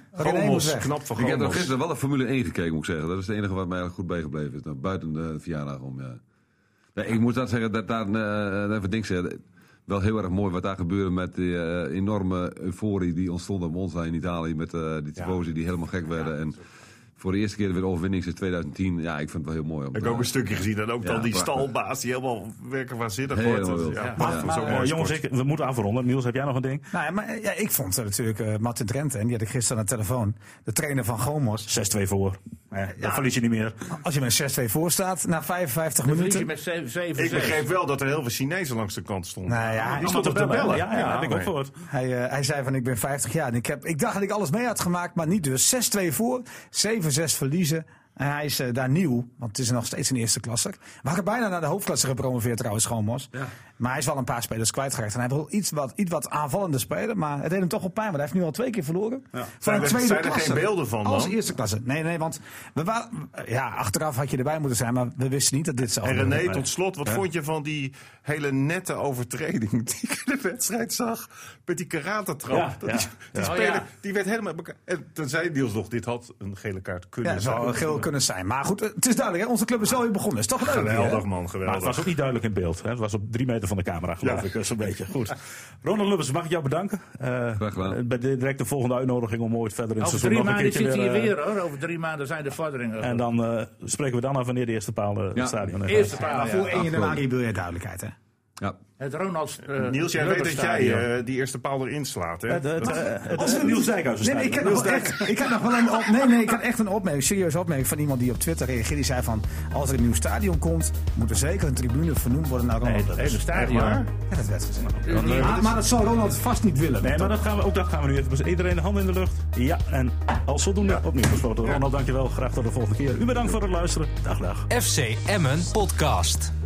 knap van Ik heb nog gisteren wel de Formule 1 gekeken, moet ik zeggen. Dat is het enige wat mij goed bijgebleven is. Nou, buiten de verjaardag om, Nee, ik moet dat zeggen, dat daar even ding zeggen. Wel heel erg mooi wat daar gebeurde met die enorme euforie die ontstond op Monza in Italië. Met die tifosi die helemaal gek werden. En voor de eerste keer weer overwinning sinds 2010. Ja, ik vind het wel heel mooi. Ik heb ook een stukje gezien. En ook dan die stalbaas die helemaal werken waanzinnig wordt. Jongens, we moeten afronden. Niels, heb jij nog een ding? Nou ja, ik vond natuurlijk Martin Drenthe, en die had ik gisteren aan de telefoon. De trainer van Gomos. 6-2 voor. Dat verlies je niet meer. Als je met 6-2 voor staat, na 55 minuten. Ik begreep wel dat er heel veel Chinezen langs de kant stonden. Nou ja, die stond op de bellen. Ja, heb ik ook gehoord. Hij zei van, ik ben 50 jaar. En ik dacht dat ik alles mee had gemaakt, maar niet dus. 6-2 voor, 7-6 verliezen. En hij is daar nieuw, want het is nog steeds een eerste klasser. We hadden bijna naar de hoofdklasse gepromoveerd trouwens, Schoonmos. Ja. Maar hij is wel een paar spelers kwijtgeraakt. En hij wil iets wat aanvallender spelen. Maar het deed hem toch op pijn, want hij heeft nu al 2 keer verloren. Ja. Zijn er geen beelden van dan? Als eerste klasse. Nee, want achteraf had je erbij moeten zijn. Maar we wisten niet dat dit zo was. En René, tot slot, wat vond je van die hele nette overtreding die ik in de wedstrijd zag? Met die karatetrap. Die speler, die werd helemaal... En toen zei Niels nog, dit had een gele kaart kunnen zijn. Ja, zou geel kunnen zijn. Maar goed, het is duidelijk. Hè? Onze club is zo weer begonnen. Is toch leuk? Geweldig, man. Geweldig. Maar het was ook niet duidelijk in beeld. Hè? Het was op 3 meter van de camera, geloof ik. Zo'n beetje. Goed. Ronald Lubbers, mag ik jou bedanken? Bij direct de volgende uitnodiging om ooit verder in het seizoen nog een keertje zit hij weer, hoor. Over 3 maanden zijn de vorderingen. En dan spreken we dan af wanneer de eerste paal het stadion heeft. Eerste paal, voor 1 januari wil je duidelijkheid, hè? Ja. Het Ronalds. Niels, jij weet dat jij die eerste paal erin slaat, hè? Het is Niels Dijkhuizen. Nee, ik had nog wel een ik had echt een opmerking, serieuze opmerking van iemand die op Twitter reageerde. Die zei van, als er een nieuw stadion komt, moet er zeker een tribune vernoemd worden naar Ronald. Het hele stadion. Ja, dat werd gezegd. Maar dat zal Ronald vast niet willen. Nee, maar dat gaan we nu even. Iedereen de handen in de lucht. Ja, en als zodoende opnieuw besloten. Ronald, dankjewel. Graag tot de volgende keer. U bedankt voor het luisteren. Dag. FC Emmen Podcast.